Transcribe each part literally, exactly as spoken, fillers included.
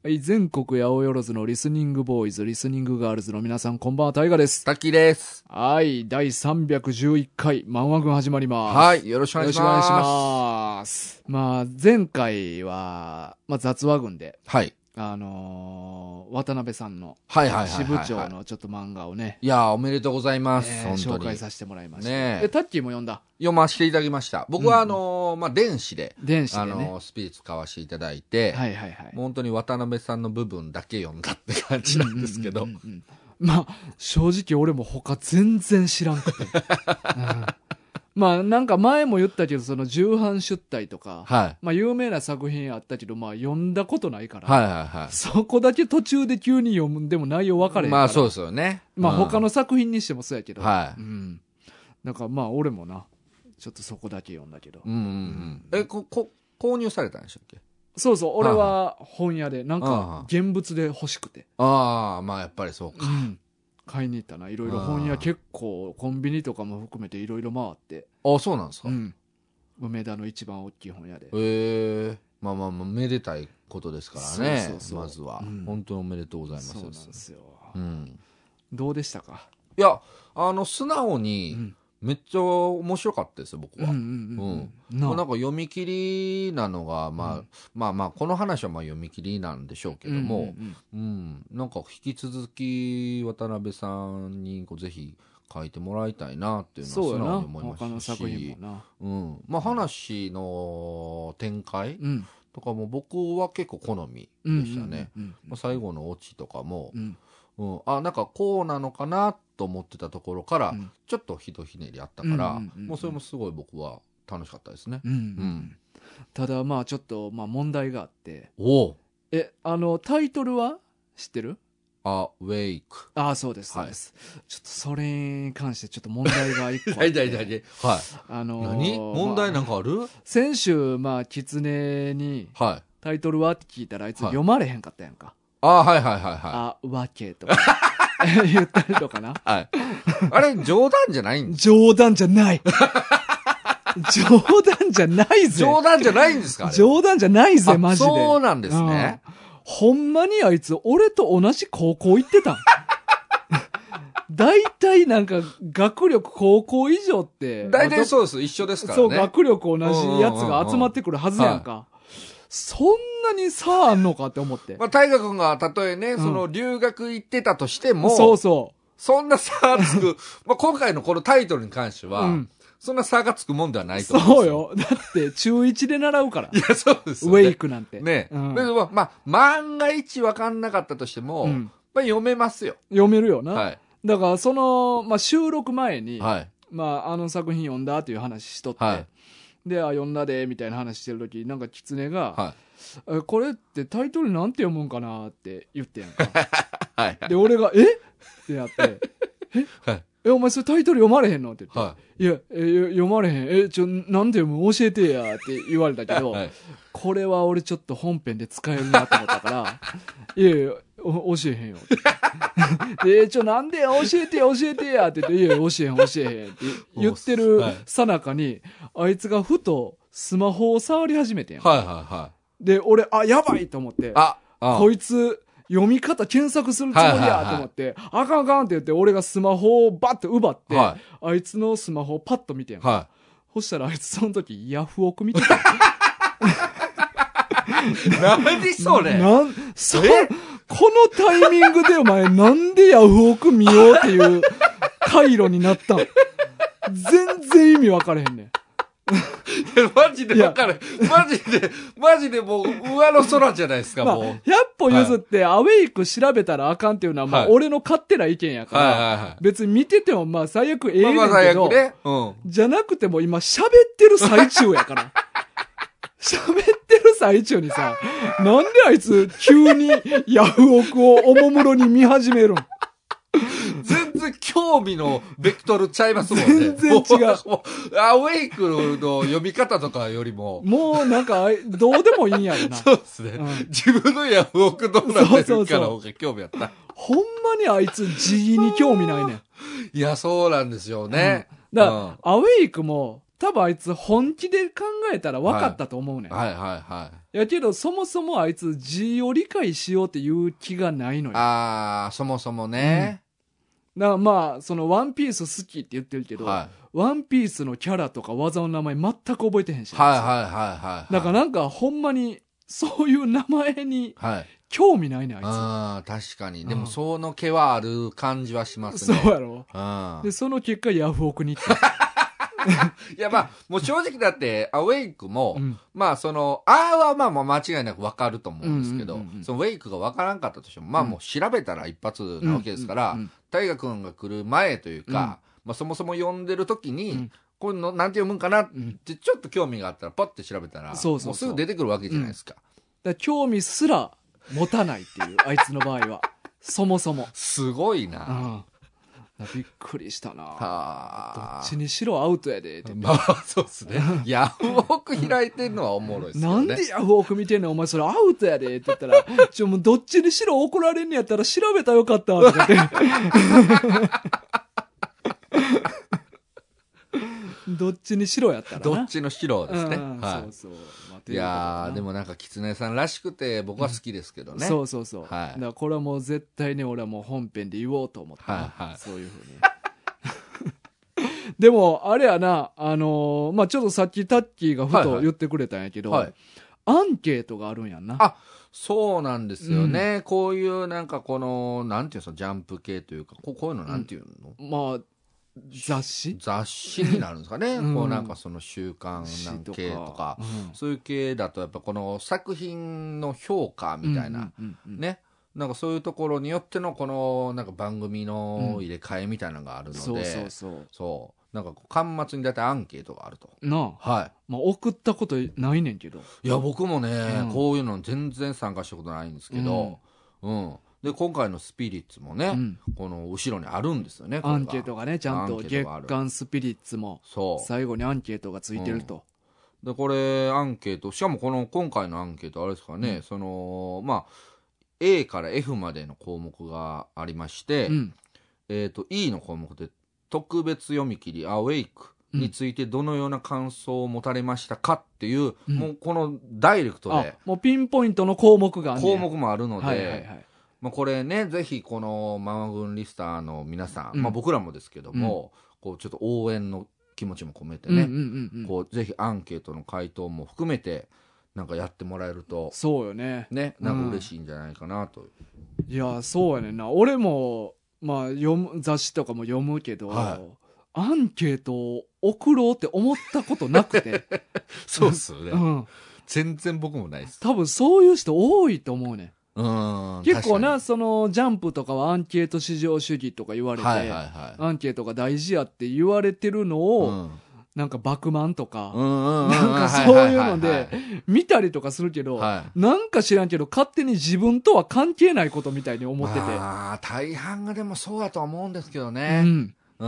はい、全国八百万のリスニングボーイズ、リスニングガールズの皆さん、こんばんは、タイガです。 タッキーです。 はい、だいさんびゃくじゅういっかい、漫画軍始まります。 はい、よろしくお願いします。 よろしくお願いします。まあ、前回は、まあ、雑話軍で、 はい。 あのー、渡辺さんの、 はいはいはいはい、 支部長のちょっと漫画をね。 いやー、おめでとうございます。 えー、 本当に紹介させてもらいました。 ねえ、タッキーも読んだ？ 読ませていただきました。僕はあのー、うん、まあ、電子で、 電子でね、 あのー、スピリッツ買わせていただいて、 はいはいはい。 本当に渡辺さんの部分だけ読んだって感じなんですけど。うんうんうんうん、 まあ、正直俺も他全然知らんくて。うんまあなんか前も言ったけどその重版出題とか、はい、まあ有名な作品あったけどまあ読んだことないから、 はいはいはい、 そこだけ途中で急に読むんでも内容分かれへんから、 まあそうですよね。 まあ他の作品にしてもそうやけど、 はい、 うん、だからまあ俺もなちょっとそこだけ読んだけど、 うんうんうん、えここ購入されたんでしたっけ？ そうそう俺は本屋でなんか現物で欲しくて、 ああまあやっぱりそうか。うん買いに行ったな。いろいろ本屋結構コンビニとかも含めていろいろ回って。 ああそうなんですか、うん、 梅田の一番大きい本屋で。 へえまあまあまあめでたいことですからね。そうそうそうまずは、うん、本当におめでとうございます。そうなんですよ、 うん、どうでしたか？ いやあの素直に、うんめっちゃ面白かったですよ僕は。うんなんか読み切りなのが、まあうん、まあまあこの話はまあ読み切りなんでしょうけども、うん、うん、なんか引き続き渡辺さんにこうぜひ書いてもらいたいなっていうのは素直に思いましたし、他の作品もな、うん、まあ話の展開、うん、とかも僕は結構好みでしたね。最後のオチとかも。うんうん、あなんかこうなのかなと思ってたところから、うん、ちょっとひとひねりあったから、うんうんうんうん、もうそれもすごい僕は楽しかったですね、うんうんうん、 ただまあちょっとまあ問題があって。おえあのタイトルは知ってる？ アウェイク。 ああそうですそうです、はい、ちょっとそれに関してちょっと問題が一個あってはいはいあのー、何問題なんかある？まあ、 先週まあ狐にタイトルはって聞いたらあいつ読まれへんかったやんか、はいああ、はいはいはいはい。 あ、わけとか言ったりとかな。 はい。あれ、冗談じゃないんですか？冗談じゃない。冗談じゃないぜ。 冗談じゃないんですか？ 冗談じゃないぜ、マジで。 そうなんですね、 うん。ほんまにあいつ、俺と同じ高校行ってたん。大体なんか、学力高校以上って。 大体そうです。一緒ですからね。 そう、学力同じやつが集まってくるはずやんか。そんなに差あんのかって思って。 まあ、大河君がたとえね、うん、その留学行ってたとしても、 そうそう。 そんな差がつく、まあ今回のこのタイトルに関しては、うん、そんな差がつくもんではないと思うんですよ。そうよ。だって中いちで習うから。 いや、そうですよね。ウェイクなんて。 ね。うん、でもまあ、万が一分かんなかったとしても、うん、まあ読めますよ。 読めるよな。はい。だからその、まあ収録前に、はい、まああの作品読んだっていう話しとって、はい、で、あ、読んだで、みたいな話してるとき、なんか狐が、はい、これってタイトルなんて読むんかなって言ってやんか。はい、で、俺が、えってなって、え、はい、え、お前それタイトル読まれへんのって言って、はい、いや、え、読まれへん。え、ちょ、なんて読む教えてやって言われたけど、はい、これは俺ちょっと本編で使えるなと思ったから、いやいや、教えへんよってでちょなんで教えて教えてやって言っていや教えへん教えへんって言ってるさなかにあいつがふとスマホを触り始めてん、はいはいはい、で俺あやばいと思ってああこいつ読み方検索するつもりやと思って、はいはいはい、あかんあかんって言って俺がスマホをバッと奪って、はい、あいつのスマホをパッと見てん、はい、そしたらあいつその時ヤフオク見てた何それなんそこのタイミングでお前なんでヤフオク見ようっていう回路になったん全然意味分かれへんねんマジで分かれマジでマジでもう上の空じゃないですか、まあ、もうひゃっぽ譲ってアウェイク調べたらあかんっていうのはまあ俺の勝手な意見やから、はいはいはい、別に見ててもまあ最悪ええねんけど、まあまあ最悪ね、うん、じゃなくても今喋ってる最中やから喋ってる最中にさ、なんであいつ急にヤフオクをおもむろに見始めるん全然興味のベクトルちゃいますもんね。 全然違う。 アウェイクの読み方とかよりも。 もうなんか、どうでもいいんやろな。 そうですね、うん。自分のヤフオクどうなってるかの方が興味あった。そうそうそうほんまにあいつ字に興味ないねん。 いや、そうなんですよね。 うん、だから、うん、アウェイクも、 多分あいつ本気で考えたら分かったと思うねん。 はいはいはいはい。 やけど、そもそもあいつ字を理解しようっていう気がないのよ。 ああ、そもそもね。 うん、だからまあ、そのワンピース好きって言ってるけど、はい、ワンピースのキャラとか技の名前全く覚えてへんし。 はいはいはいはい。 だからなんかほんまに、そういう名前に、興味ないね、あいつ。 ああ、確かに。でも、その気はある感じはしますね。 そうやろ。で、その結果、ヤフオクに行った。 いや、まあ、もう正直だって、アウェイクも、うん、まあ、その、あーはまあ、まあ、間違いなく分かると思うんですけど、そのウェイクが分からんかったとしても、まあ、もう調べたら一発なわけですから、大河君が来る前というか、うん、まあ、そもそも読んでる時に、うん、こういうのなんて読むんかなって、ちょっと興味があったら、パッて調べたら、そうそうそう、もうすぐ出てくるわけじゃないですか。 だから興味すら持たないっていう、あいつの場合は。そもそも。 すごいな。 うんびっくりしたな。どっちにしろアウトやでって。 まあ、そうっすね。ヤフオク開いてんのはおもろいっすよね。 なんでヤフオク見てんのお前それアウトやでって言ったら、ちょ、もうどっちにしろ怒られんのやったら調べたらよかったとか言って。どっちにしろやったらな。 どっちのしろですね。はい。 そうそう。 いやー、でもなんか狐さんらしくて僕は好きですけどね。 うん、そうそうそう。はい。だからこれはもう絶対に俺はもう本編で言おうと思った。はいはい。そういうふうに。でも、あれやな、あのー、まあ、ちょっとさっきタッキーがふと言ってくれたんやけど、はいはい、アンケートがあるんやんな。 あ、そうなんですよね。うん、こういうなんかこの、なんていうの、ジャンプ系というか、こうこういうのなんていうの、 うん、まあ、雑誌雑誌になるんですかね、うん、こうなんかその週刊なん系とか、うん、そういう系だとやっぱこの作品の評価みたいな、うんうんうんうん、ね、なんかそういうところによってのこのなんか番組の入れ替えみたいなのがあるので、うん、そうそうそうそうなんか巻末にだいたいアンケートがあるとなあ、はい、まあ、送ったことないねんけど、 いや僕もね、うん、こういうの全然参加したことないんですけど、うん、うんで今回のスピリッツもね、うん、この後ろにあるんですよね。 アンケートがねちゃんと月刊スピリッツも最後にアンケートがついてると、 うん、でこれアンケートしかもこの今回のアンケートあれですかね、うん、そのまあ A から F までの項目がありまして、うん、えーと E の項目で特別読み切りアウェイクについてどのような感想を持たれましたかっていう、うん、もうこのダイレクトでもうピンポイントの項目がある項目もあるので、はいはいはい、まあ、これねぜひこのママ軍リスターの皆さん、うんまあ、僕らもですけども、うん、こうちょっと応援の気持ちも込めてね、うんうんうんうん、こうぜひアンケートの回答も含めてなんかやってもらえるとそうよねねなんか嬉しいんじゃないかなと、 うん、いやそうやねんな俺も、まあ、読む雑誌とかも読むけど、はい、アンケートを送ろうって思ったことなくてそうっすよね、うん、全然僕もないです多分そういう人多いと思うねん結構なそのジャンプとかはアンケート至上主義とか言われて、はいはいはい、アンケートが大事やって言われてるのを、うん、なんかバクマンとか、なんかそういうので見たりとかするけど、はい、なんか知らんけど勝手に自分とは関係ないことみたいに思ってて、 まあ大半がでもそうだと思うんですけどね、うんうん、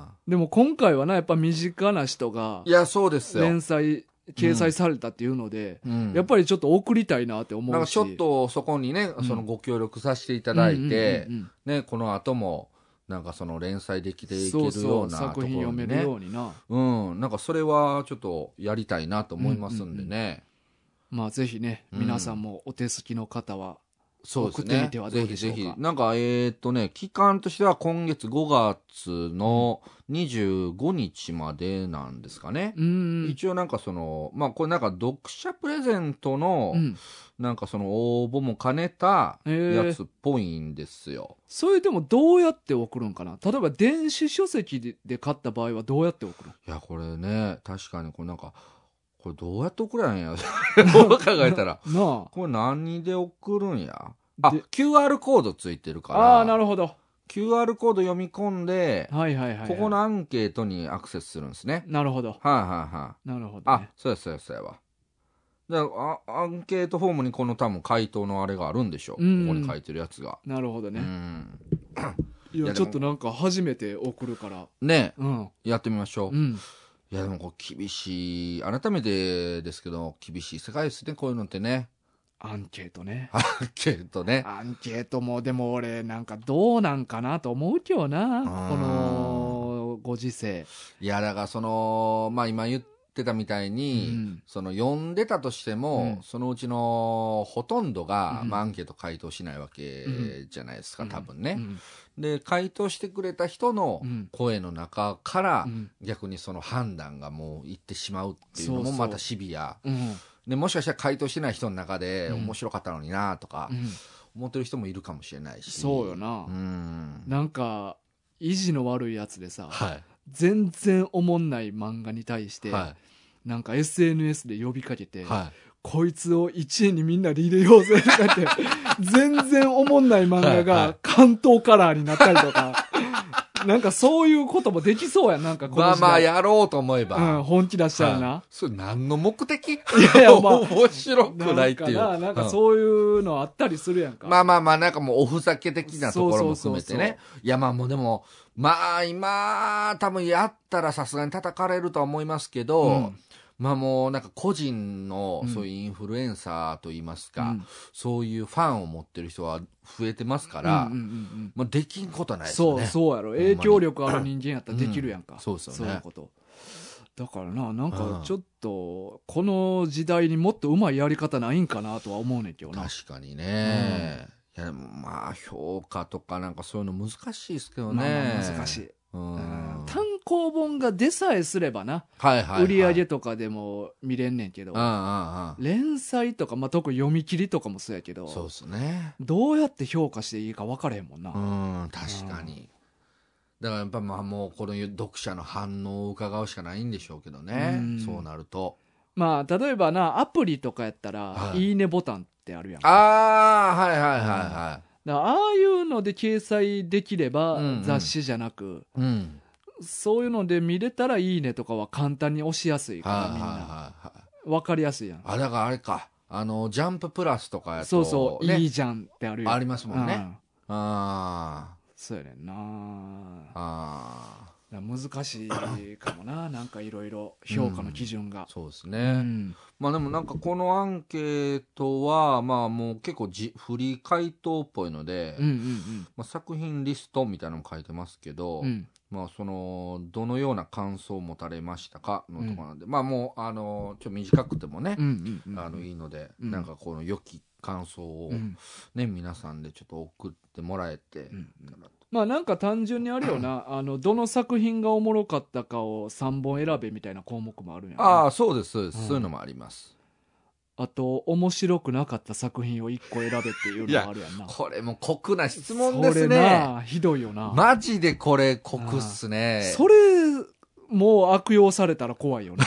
でも今回はなやっぱ身近な人がいやそうですよ連載掲載されたっていうので、うん、やっぱりちょっと送りたいなって思うし、 なんかちょっとそこにね、うん、そのご協力させていただいて、ね、この後もなんかその連載できていけるようなところに、ね、 作品読めるようにな、 うん、なんかそれはちょっとやりたいなと思いますんでね、 うんうんうん、まあぜひね、うん、皆さんもお手すきの方はそうですね、 送ってみてはどうでしょうか。ぜひぜひなんかえー、っとね期間としては今月ごがつのにじゅうごにちまでなんですかね、うん、一応なんかそのまあこれなんか読者プレゼントの、うん、なんかその応募も兼ねたやつっぽいんですよ、 えー、それでもどうやって送るんかな。例えば電子書籍で、で買った場合はどうやって送る。 いやこれね確かにこれなんかこれどうやって送らんやどう考えたらなあこれ何で送るんや。あ キューアール コードついてるからああなるほどキューアール コード読み込んで、はいはいはいはい、ここのアンケートにアクセスするんですね。 なるほど。 はいはいはい。 なるほど、ね、 あそうやそうやそうやわ。だからアンケートフォームにこの多分回答のあれがあるんでしょう、うん、ここに書いてるやつが。 なるほどね。うんいやちょっとなんか初めて送るからね、うん、やってみましょう、うん、いやでもこう厳しい改めてですけど厳しい世界ですねこういうのってね。 アンケートね。 アンケートね。 アンケートもでも俺なんかどうなんかなと思うけどな。このご時世。 いや、だからその、まあ今言ってたみたいに、うん、その読んでたとしても、うん、そのうちのほとんどが、うん、まあアンケート回答しないわけじゃないですか、うん、多分ね。うんで、回答してくれた人の声の中から、逆にその判断がもういってしまうっていうのもまたシビア。そうそう、うん、でもしかしたら回答してない人の中で面白かったのになとか、思ってる人もいるかもしれないし。 そうよな。 うん、 なんか、意地の悪いやつでさ、 はい、 全然おもんない漫画に対して、はい、なんか エスエヌエス で呼びかけて、はいこいつをいちいにみんなで入れようぜとかって全然おもんない漫画が関東カラーになったりとか、はいはい、なんかそういうこともできそうやん。なんかこのまあまあやろうと思えば、 うん、本気出したらな、 はい、それ何の目的いやいや、まあ、 面白くないっていうなんかな、なんかそういうのあったりするやんか、 うん、まあまあまあなんかもうおふざけ的なところも含めてね。そうそうそうそう、いやまあもうでもまあ今多分やったらさすがに叩かれるとは思いますけど、うんまあもうなんか個人のそういうインフルエンサーといいますか、うん、そういうファンを持ってる人は増えてますから、うんうんうんうん、まあ、できんことはないですよね。 そうそうやろ。影響力ある人間やったらできるやんか。 うん、そうですよね。 そういうこと。だからな、なんかちょっとこの時代にもっとうまいやり方ないんかなとは思うねんけどな。 確かにね。うん、いやでもまあ評価とかなんかそういうの難しいですけどね。 まあまあ難しい。うん、単行本が出さえすればな、 はいはいはい、 売り上げとかでも見れんねんけど、連載とか、まあ、特に読み切りとかもそうやけど、 そうですね、 どうやって評価していいか分からへんもんな。 うん確かに、だからやっぱまあもうこの読者の反応を伺うしかないんでしょうけどね、うんそうなるとまあ例えばなアプリとかやったら、はい、いいねボタンってあるやん。 ああはいはいはいはい、 だからああいうので掲載できれば、うんうん、雑誌じゃなく、うん、そういうので見れたらいいねとかは簡単に押しやすいから、はいはいはいはい、分かりやすいやん。 あだからあれかあのジャンププラスとかやとそうそう、ね、いいじゃんってあるよ。 ありますもんね、うん、 ああそうやねんなあ難しいかもななんかいろいろ評価の基準が、 うん、そうですね、うん、まあでもなんかこのアンケートはまあもう結構じフリー回答っぽいので、うんうんうんまあ、作品リストみたいなのも書いてますけど、うんまあ、そのどのような感想を持たれましたかのところなんで、うん、まあもうあのちょっと短くてもね、うんうんうん、あのいいので、うん、なんかこの良き感想を、うんね、皆さんでちょっと送ってもらえて、うんうん、 まあなんか単純にあるよなあのどの作品がおもろかったかをさんぼん選べみたいな項目もあるんやな。 ああそうですそうです、うん、そういうのもあります。 あと面白くなかった作品をいっこ選べっていうのもあるやんな。 これも酷な質問ですね。 それなひどいよな。 マジでこれ酷っすね。 それもう悪用されたら怖いよね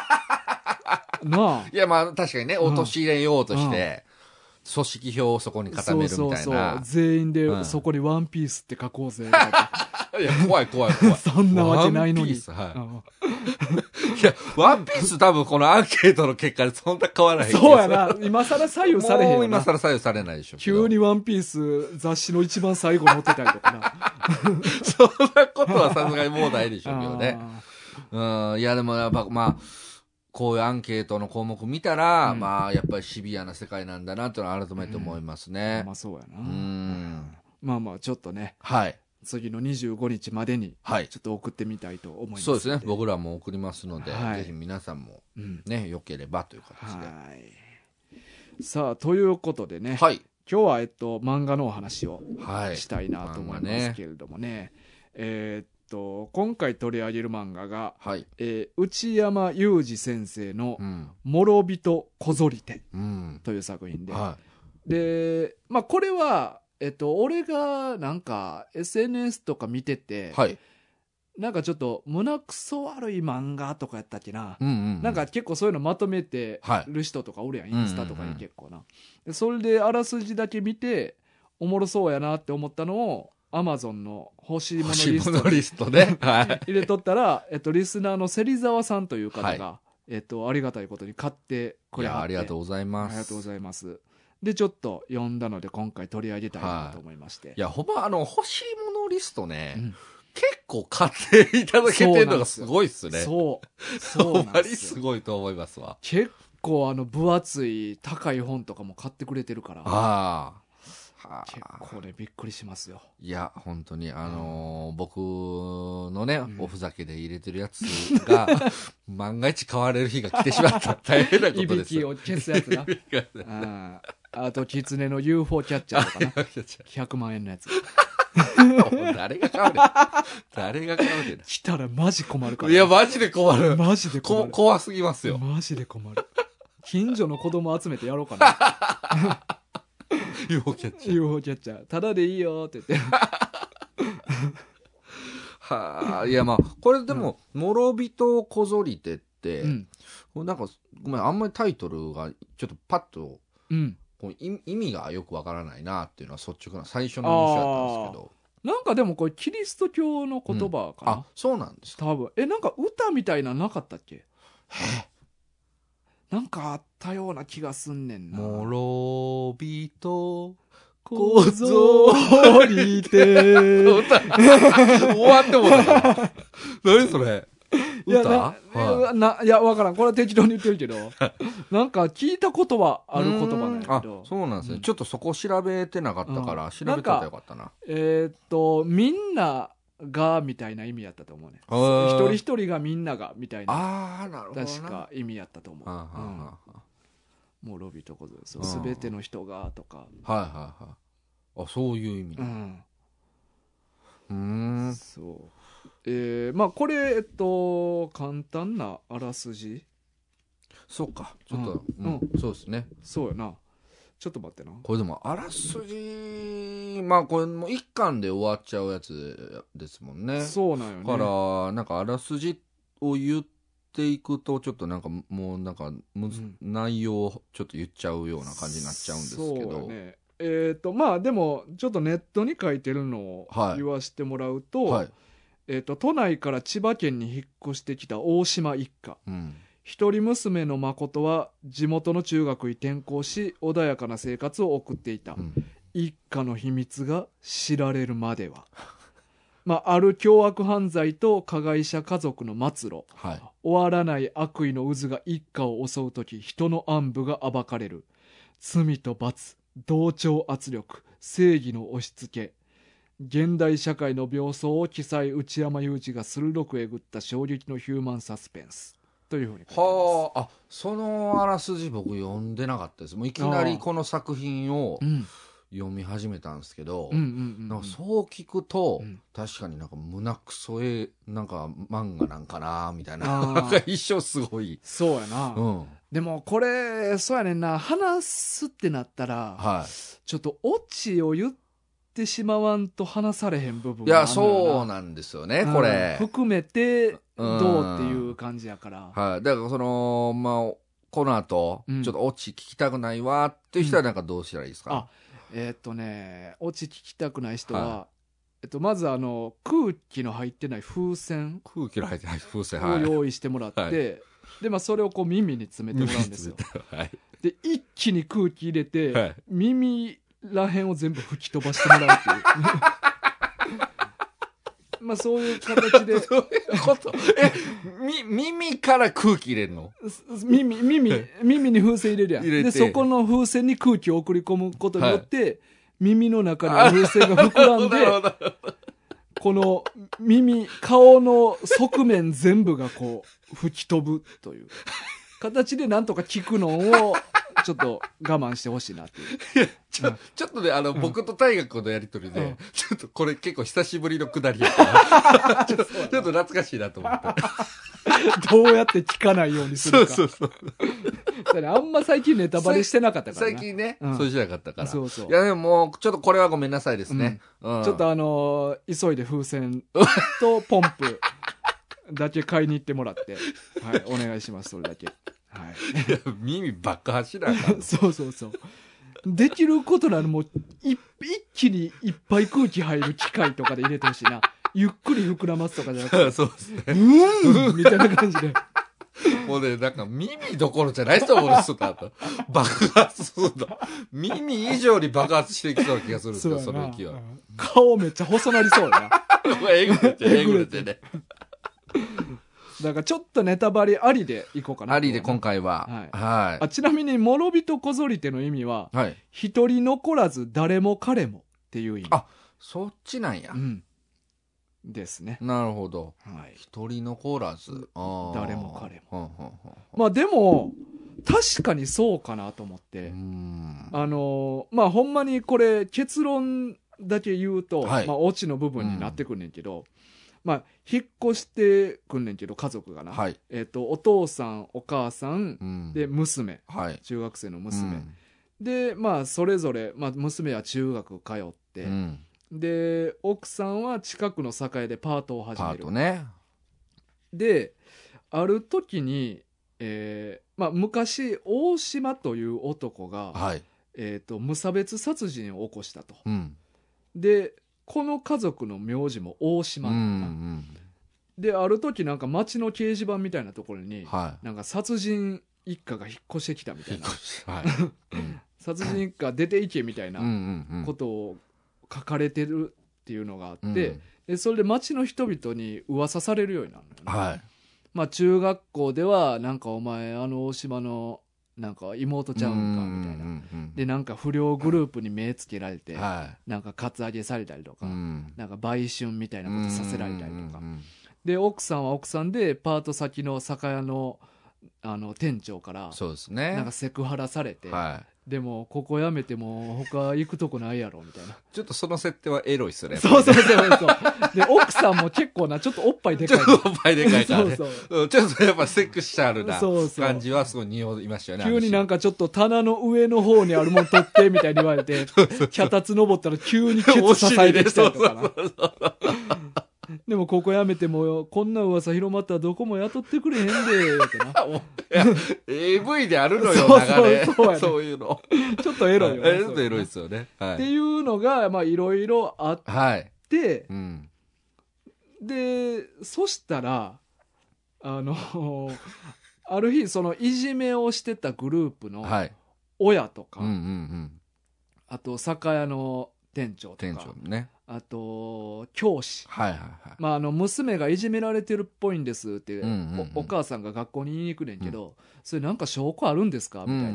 なあ。 いやまあ確かにね陥れようとして、うん、組織票をそこに固めるみたいな。そうそうそう全員でそこにワンピースって書こうぜとかいや怖い怖い怖いそんなわけないのに。 ワンピース、はい、いやワンピース多分このアンケートの結果でそんな変わらへん。 そうやな今更左右されへんよな。 もう今更左右されないでしょ。 急にワンピース雑誌の一番最後載ってたりとかなそんなことはさすがにもうないでしょうけどね。うんいやでもやっぱまあこういうアンケートの項目見たら、うん、まあやっぱりシビアな世界なんだなというのは改めて思いますね、 うん、まあそうやな。うんまあまあちょっとねはい次のにじゅうごにちまでにちょっと送ってみたいと思います、 はい、そうですね僕らも送りますので、はい、ぜひ皆さんもね、うん、よければという形で、はい、 さあということでね、はい、今日は、えっと、漫画のお話をしたいなと思いますけれどもね、ねえー、っと今回取り上げる漫画が、はいえー、内山裕二先生の「諸人こぞりて」という作品で、うんはい、で、まあ、これはえっと、俺がなんか エスエヌエス とか見てて、はい、なんかちょっと胸くそ悪い漫画とかやったっけな、うんうんうん、なんか結構そういうのまとめてる人とかおるやん、はい、インスタとかに結構な、うんうんうん、でそれであらすじだけ見ておもろそうやなって思ったのをアマゾンの欲しいものリストにリストね、はい、 入れとったら、えっと、リスナーの芹沢さんという方が、はい、えっと、ありがたいことに買ってくれはって。いやありがとうございます。ありがとうございます。でちょっと読んだので今回取り上げたいなと思いまして、はい、 いやほんまあの欲しいものリストね、うん、結構買っていただけてるのがすごいっすね。 そうそうなんですすごいと思いますわ。 結構あの分厚い高い本とかも買ってくれてるから。 ああはあ、結構ねびっくりしますよ。 いや本当にあのー、僕のね、うん、おふざけで入れてるやつが万が一買われる日が来てしまったら大変なことです。いびきを消すやつなあ, あとキツネの ユーフォー キャッチャーとかなひゃくまんえんのやつ誰が買うねん誰が買うねん来たらマジ困るから、 ね、いやマジで困るマジで困る怖すぎますよマジで困る近所の子供集めてやろうかなユーフォー キャッチャーユーフォー キャッチャーただでいいよって言ってはあいやまあこれでも「諸人こぞりて」って、うん、なんかごめんあんまりタイトルがちょっとパッと、うん、こう意味がよくわからないなっていうのは率直な最初の印象だったんですけどなんかでもこれキリスト教の言葉かな、うん、 あそうなんですか多分えなんか歌みたいなのなかったっけなんかあったような気がすんねんな。 諸人こぞりて終わってもた何それいや、な、はい、ないや、わからん。これは適当に言ってるけど、なんか聞いたことはある言葉なんやけど。 あ、そうなんですね、うん。ちょっとそこ調べてなかったから、うん、調べてたらよかったな。 えー、っと、みんなが、みたいな意味やったと思うね。一人一人がみんなが、みたいな。 ああ、なるほど。 確か意味やったと思う。あーはーはーうん、もうロビーとこぞですよ。すべての人が、とか。はいはいはい。あ、そういう意味。うん。うーん。 そう。えー、まあこれ、えっと、簡単なあらすじそうかちょっと、うんうん、そうですねそうやなちょっと待ってなこれでもあらすじまあこれもう一巻で終わっちゃうやつですもんねそうなんよねだからなんかあらすじを言っていくとちょっとなんかもうなんかむず、うん、内容をちょっと言っちゃうような感じになっちゃうんですけどそうねえっとまあでもちょっとネットに書いてるのを言わせてもらうと、はいはいえーと、都内から千葉県に引っ越してきた大島一家、うん、一人娘の誠は地元の中学に転校し穏やかな生活を送っていた、うん、一家の秘密が知られるまでは、まあ、ある凶悪犯罪と加害者家族の末路、はい、終わらない悪意の渦が一家を襲うとき人の暗部が暴かれる罪と罰同調圧力正義の押し付け現代社会の病巣を記載内山雄二が鋭くえぐった衝撃のヒューマンサスペンスというふうに書いてます。はあ、あそのあらすじ僕読んでなかったです。もういきなりこの作品を読み始めたんですけど、なんかそう聞くと、うん、確かになんか胸くそえなんか漫画なんかなみたいな一生すごいそうやな、うん、でもこれそうやねんな話すってなったら、はい、ちょっとオチを言ってってしまわんと話されへん部分があるのよな。いやそうなんですよね、うん、これ含めてどうっていう感じやから、 はい、だからそのまあこの後、うん、ちょっとオチ聞きたくないわっていう人はなんかどうしたらいいですか、うん、あえー、っとねオチ聞きたくない人は、はいえっと、まずあの空気の入ってない風船空気の入ってない風船を用意してもらって、はい、でまあそれをこう耳に詰めてもらうんですよ、はい、で一気に空気入れて、はい、耳らへんを全部吹き飛ばしてもらうっていうまあそういう形でそういうことえみ耳から空気入れるの耳耳耳に風船入れるやんでそこの風船に空気を送り込むことによって、はい、耳の中に風船が膨らんでこの耳顔の側面全部がこう吹き飛ぶという形でなんとか聞くのをちょっと我慢してほしいなっていう。いやちょ、うん、ちょっとね、あの、うん、僕と大学のやりとりで、うん、ちょっとこれ結構久しぶりのくだりやからちょっと、ちょっと懐かしいなと思って。 どうやって聞かないようにするか。 そうそうそう。あんま最近ネタバレしてなかったから最近ね、うん、そうしなかったから。 そうそう。 いやでももう、ちょっとこれはごめんなさいですね。 うんうん、ちょっとあのー、急いで風船とポンプだけ買いに行ってもらって、はい、お願いします、それだけ。はい、 いや耳爆破しなあかんそうそうそうできることならもう一気にいっぱい空気入る機械とかで入れてほしいなゆっくり膨らますとかじゃなくてそうですねうんみたいな感じでもうねなんか耳どころじゃない人もおる人だと爆発するの耳以上に爆発していきそうな気がするんですよその勢い顔めっちゃ細なりそうだなえぐれてえぐれてねだからちょっとネタバレありでいこうかな。 ありで今回は。はい。はい、 あちなみに、諸人こぞりての意味は、はい、一人残らず誰も彼もっていう意味。 あ、そっちなんや。 うん。ですね。 なるほど。はい。一人残らず。 あ誰も彼も。はんはんはんまあでも、確かにそうかなと思って。うんあのー、まあほんまにこれ結論だけ言うと、はい、まあオチの部分になってくんねんけど、うん、まあ引っ越してくんねんけど、家族がな。はい、えっと、お父さん、お母さん、うん、で、娘、はい。中学生の娘。うん、で、まあそれぞれ、まあ娘は中学通って、うんで奥さんは近くの酒屋でパートを始める。 パートね。 である時に、えーまあ、昔大島という男が、はいえー、と無差別殺人を起こしたと、うん、でこの家族の名字も大島、うんうん、である時なんか町の掲示板みたいなところに、はい、なんか殺人一家が引っ越してきたみたいな、はいうん、殺人一家出ていけみたいなことを書かれてるっていうのがあって、うん、でそれで町の人々に噂されるようになるのよね、はいまあ、中学校ではなんかお前あの大島のなんか妹ちゃうんかみたいな、うんうん、でなんか不良グループに目つけられて、はい、なんかカツアゲされたりとか、うん、なんか売春みたいなことさせられたりとか、うんうんうん、で奥さんは奥さんでパート先の酒屋のあの店長からそうですねなんかセクハラされて、はい、でもここ辞めても他行くとこないやろみたいなちょっとその設定はエロいっすねそうそうそうそうで奥さんも結構なちょっとおっぱいでかいちょっとおっぱいでかいからねそうそうちょっとやっぱセクシャルな感じはすごい匂いましたよね。 急になんかちょっと棚の上の方にあるもん取ってみたいに言われて脚立登ったら急にケツ支えてきたりとかなでもここやめてもこんな噂広まったらどこも雇ってくれへんでってなエーブイ であるのよ流れそうそうそう、ね、そういうのちょっとエロいよねちょっとエロいですよね、 はい、っていうのがまあいろいろあって、はいうん、でそしたらあのある日そのいじめをしてたグループの親とか、はいうんうんうん、あと酒屋の店長とか店長ねあと教師、 はいはいはいまあ、あの娘がいじめられてるっぽいんですって、うんうんうん、お, お母さんが学校に言いに行くねんけど、うん、それなんか証拠あるんですかみたいな、うんうんうん、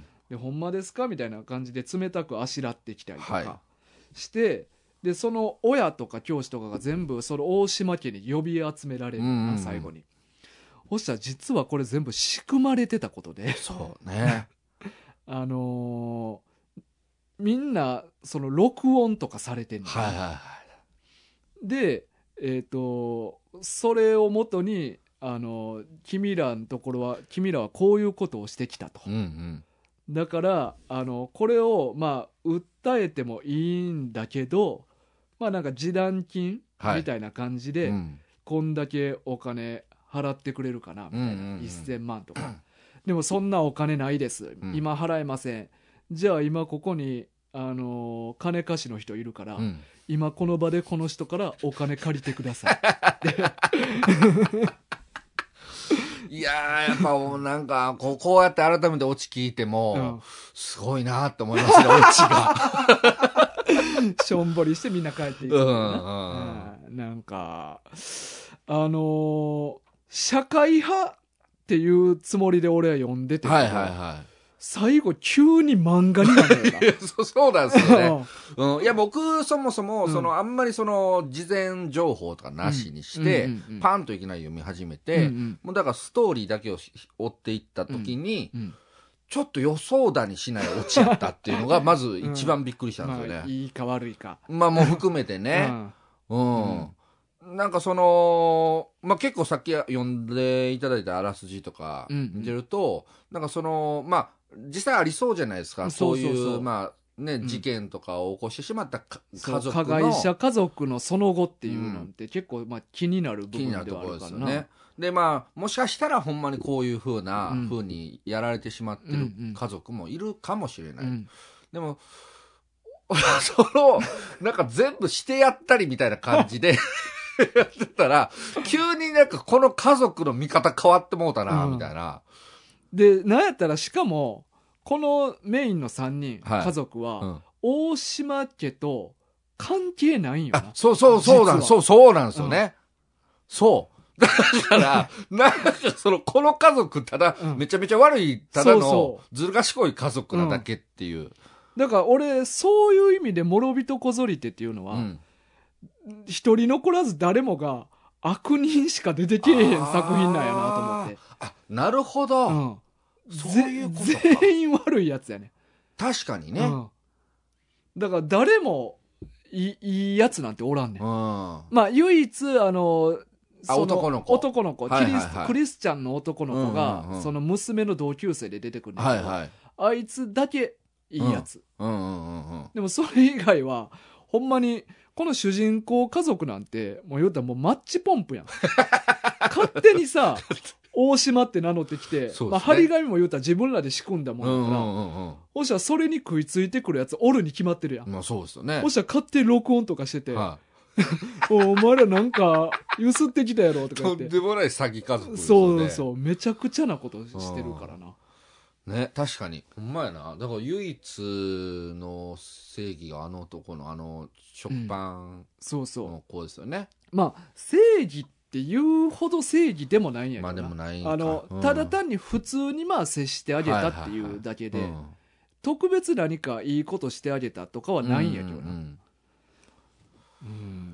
でほんまですかみたいな感じで冷たくあしらってきたりとかして、はい、でその親とか教師とかが全部その大島家に呼び集められる、うんうんうん、最後にそしたら実はこれ全部仕組まれてたことでそうねあのーみんなその録音とかされてんの、ね、はいはいはい、でえっ、ー、とそれをもとにあの君らのところは君らはこういうことをしてきたと、うんうん、だからあのこれをまあ訴えてもいいんだけどまあなんか示談金みたいな感じで、はいうん、こんだけお金払ってくれるかなみたいな、うんうんうん、せんまんとかでもそんなお金ないです、うん、今払えませんじゃあ今ここに、あのー、金貸しの人いるから、うん、今この場でこの人からお金借りてくださいいやーやっぱなんかこう、こうやって改めてオチ聞いても、うん、すごいなって思いますねオチがしょんぼりしてみんな帰っていく、うんうん、なんかあのー、社会派っていうつもりで俺は読んでて、はいはいはい、最後急に漫画になるよなそ, そうなんですよね、うん、いや僕そもそも、うん、そのあんまりその事前情報とかなしにして、うんうんうんうん、パンといきなり読み始めて、うんうん、もうだからストーリーだけを追っていった時に、うんうん、ちょっと予想だにしないオチやったっていうのがまず一番びっくりしたんですよね、 うんまあ、いいか悪いかまあもう含めてねうん、うんうん、なんかその、まあ、結構さっき読んでいただいたあらすじとか見てると、うんうん、なんかそのまあ実際ありそうじゃないですか、そういう、そうそうそうまあね、うん、事件とかを起こしてしまった家族の加害者家族のその後っていうのって結構まあ気になる部分ではあるからな、気になるところですよね。 でまあもしかしたらほんまにこういう風な風にやられてしまってる家族もいるかもしれない、うんうん、でもそのなんか全部してやったりみたいな感じでやってたら急になんかこの家族の見方変わってもうたな、うん、みたいなでなんやったらしかもこのメインのさんにん、はい、家族は、うん、大島家と関係ないんよな。 そうそうそうなんそうそうなんですよね、うん、そうだから、なんかその、この家族、ただ、うん、めちゃめちゃ悪い、ただの、ずる賢い家族なだけっていう。うん、 だから俺、そういう意味で、諸人こぞりてっていうのは、うん、一人残らず誰もが、悪人しか出てけえへん作品なんやなと思って。 あ、なるほど。うん、そういうことか。 全員悪いやつやね。 確かにね。うん、 だから誰もいい、いいやつなんておらんねん。うん、まあ、唯一、あの、 あ、男の子。 男の子、はいはいはい、クリスチャンの男の子が、うんうんうん、その娘の同級生で出てくるんだけど、はいはい、あいつだけいいやつ。うんうんうんうん、でもそれ以外は、ほんまに、この主人公家族なんて、もう言うたらもうマッチポンプやん。勝手にさ、大島って名乗ってきて、ね、まあ、張り紙も言うたら自分らで仕組んだもんだから、うんうんうんうん、ほしたらそれに食いついてくるやつおるに決まってるやん。 まあそうですよね。 ほしたら勝手に録音とかしてて、はい、お, お前らなんか、ゆすってきたやろとか言って。 とんでもない詐欺家族ですよね。そうそう。めちゃくちゃなことしてるからな。 ね、確かに。ほんまやな。だから唯一の正義があの男のあの食パンの子ですよね。うん、そうそう。 まあ、正義って言うほど正義でもないんやけどな。まあでもないんか。あの、うん、ただ単に普通にまあ接してあげたっていうだけで、はいはいはい、うん、特別何かいいことしてあげたとかはないんやけどな。うんうんうん、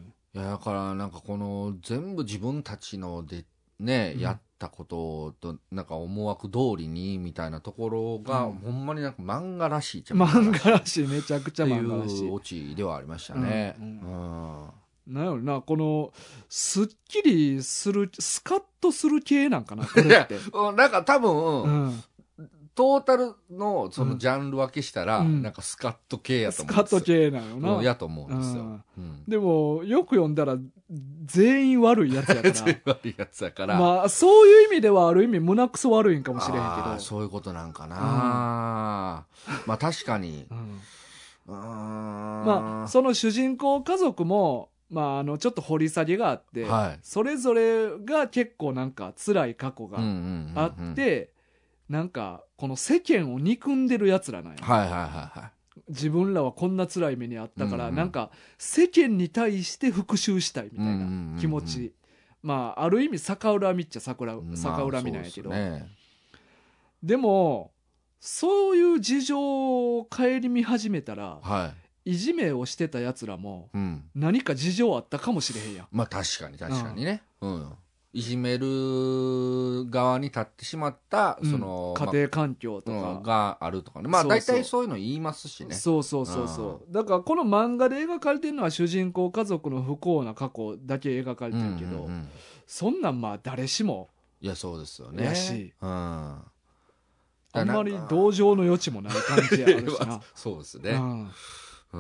いやだからなんかこの全部自分たちのでね、うん、やったこととなんか思惑通りにみたいなところが、うん、ほんまになんか漫画らしいじゃん。 漫画らしい、めちゃくちゃ漫画らしい。 っていうオチではありましたね。うんうんうん、なんやろな、このすっきりするスカッとする系なんかなこれって。 なんか多分、うんトータルのそのジャンル分けしたら、うん、なんかスカッと系やと思うんですよ。 スカッと系なのな。 やと思うんですよ。うんうん、でも、よく読んだら、全員悪いやつやから。 全員悪いやつやから。 まあ、そういう意味ではある意味胸くそ悪いんかもしれへんけど。 そういうことなんかな。うん、まあ確かに。うん、 まあ、その主人公家族も、まあ、あの、ちょっと掘り下げがあって、はい、それぞれが結構なんか辛い過去があって、なんか、この世間を憎んでる奴らなんや。 はいはいはいはい。 自分らはこんな辛い目にあったから、うんうん、なんか、世間に対して復讐したいみたいな気持ち。うんうんうん、まあ、ある意味逆恨みっちゃ逆恨みなんやけど。まあ、ね、でも、そういう事情を顧み始めたら、はい、いじめをしてた奴らも、何か事情あったかもしれへんやん。 まあ確かに確かにね。うん。いじめる側に立ってしまった、その、 うん、家庭環境とか、 まあ、があるとかね。まあ大体そういうの言いますしね。 そうそうそうそう。だからこの漫画で描かれてるのは主人公家族の不幸な過去だけ描かれてるけど、うんうんうん、そんなんまあ誰しも。 いやそうですよね。 やし。 うん。あんまり同情の余地もない感じやあるしな。 そうですね。うんうん、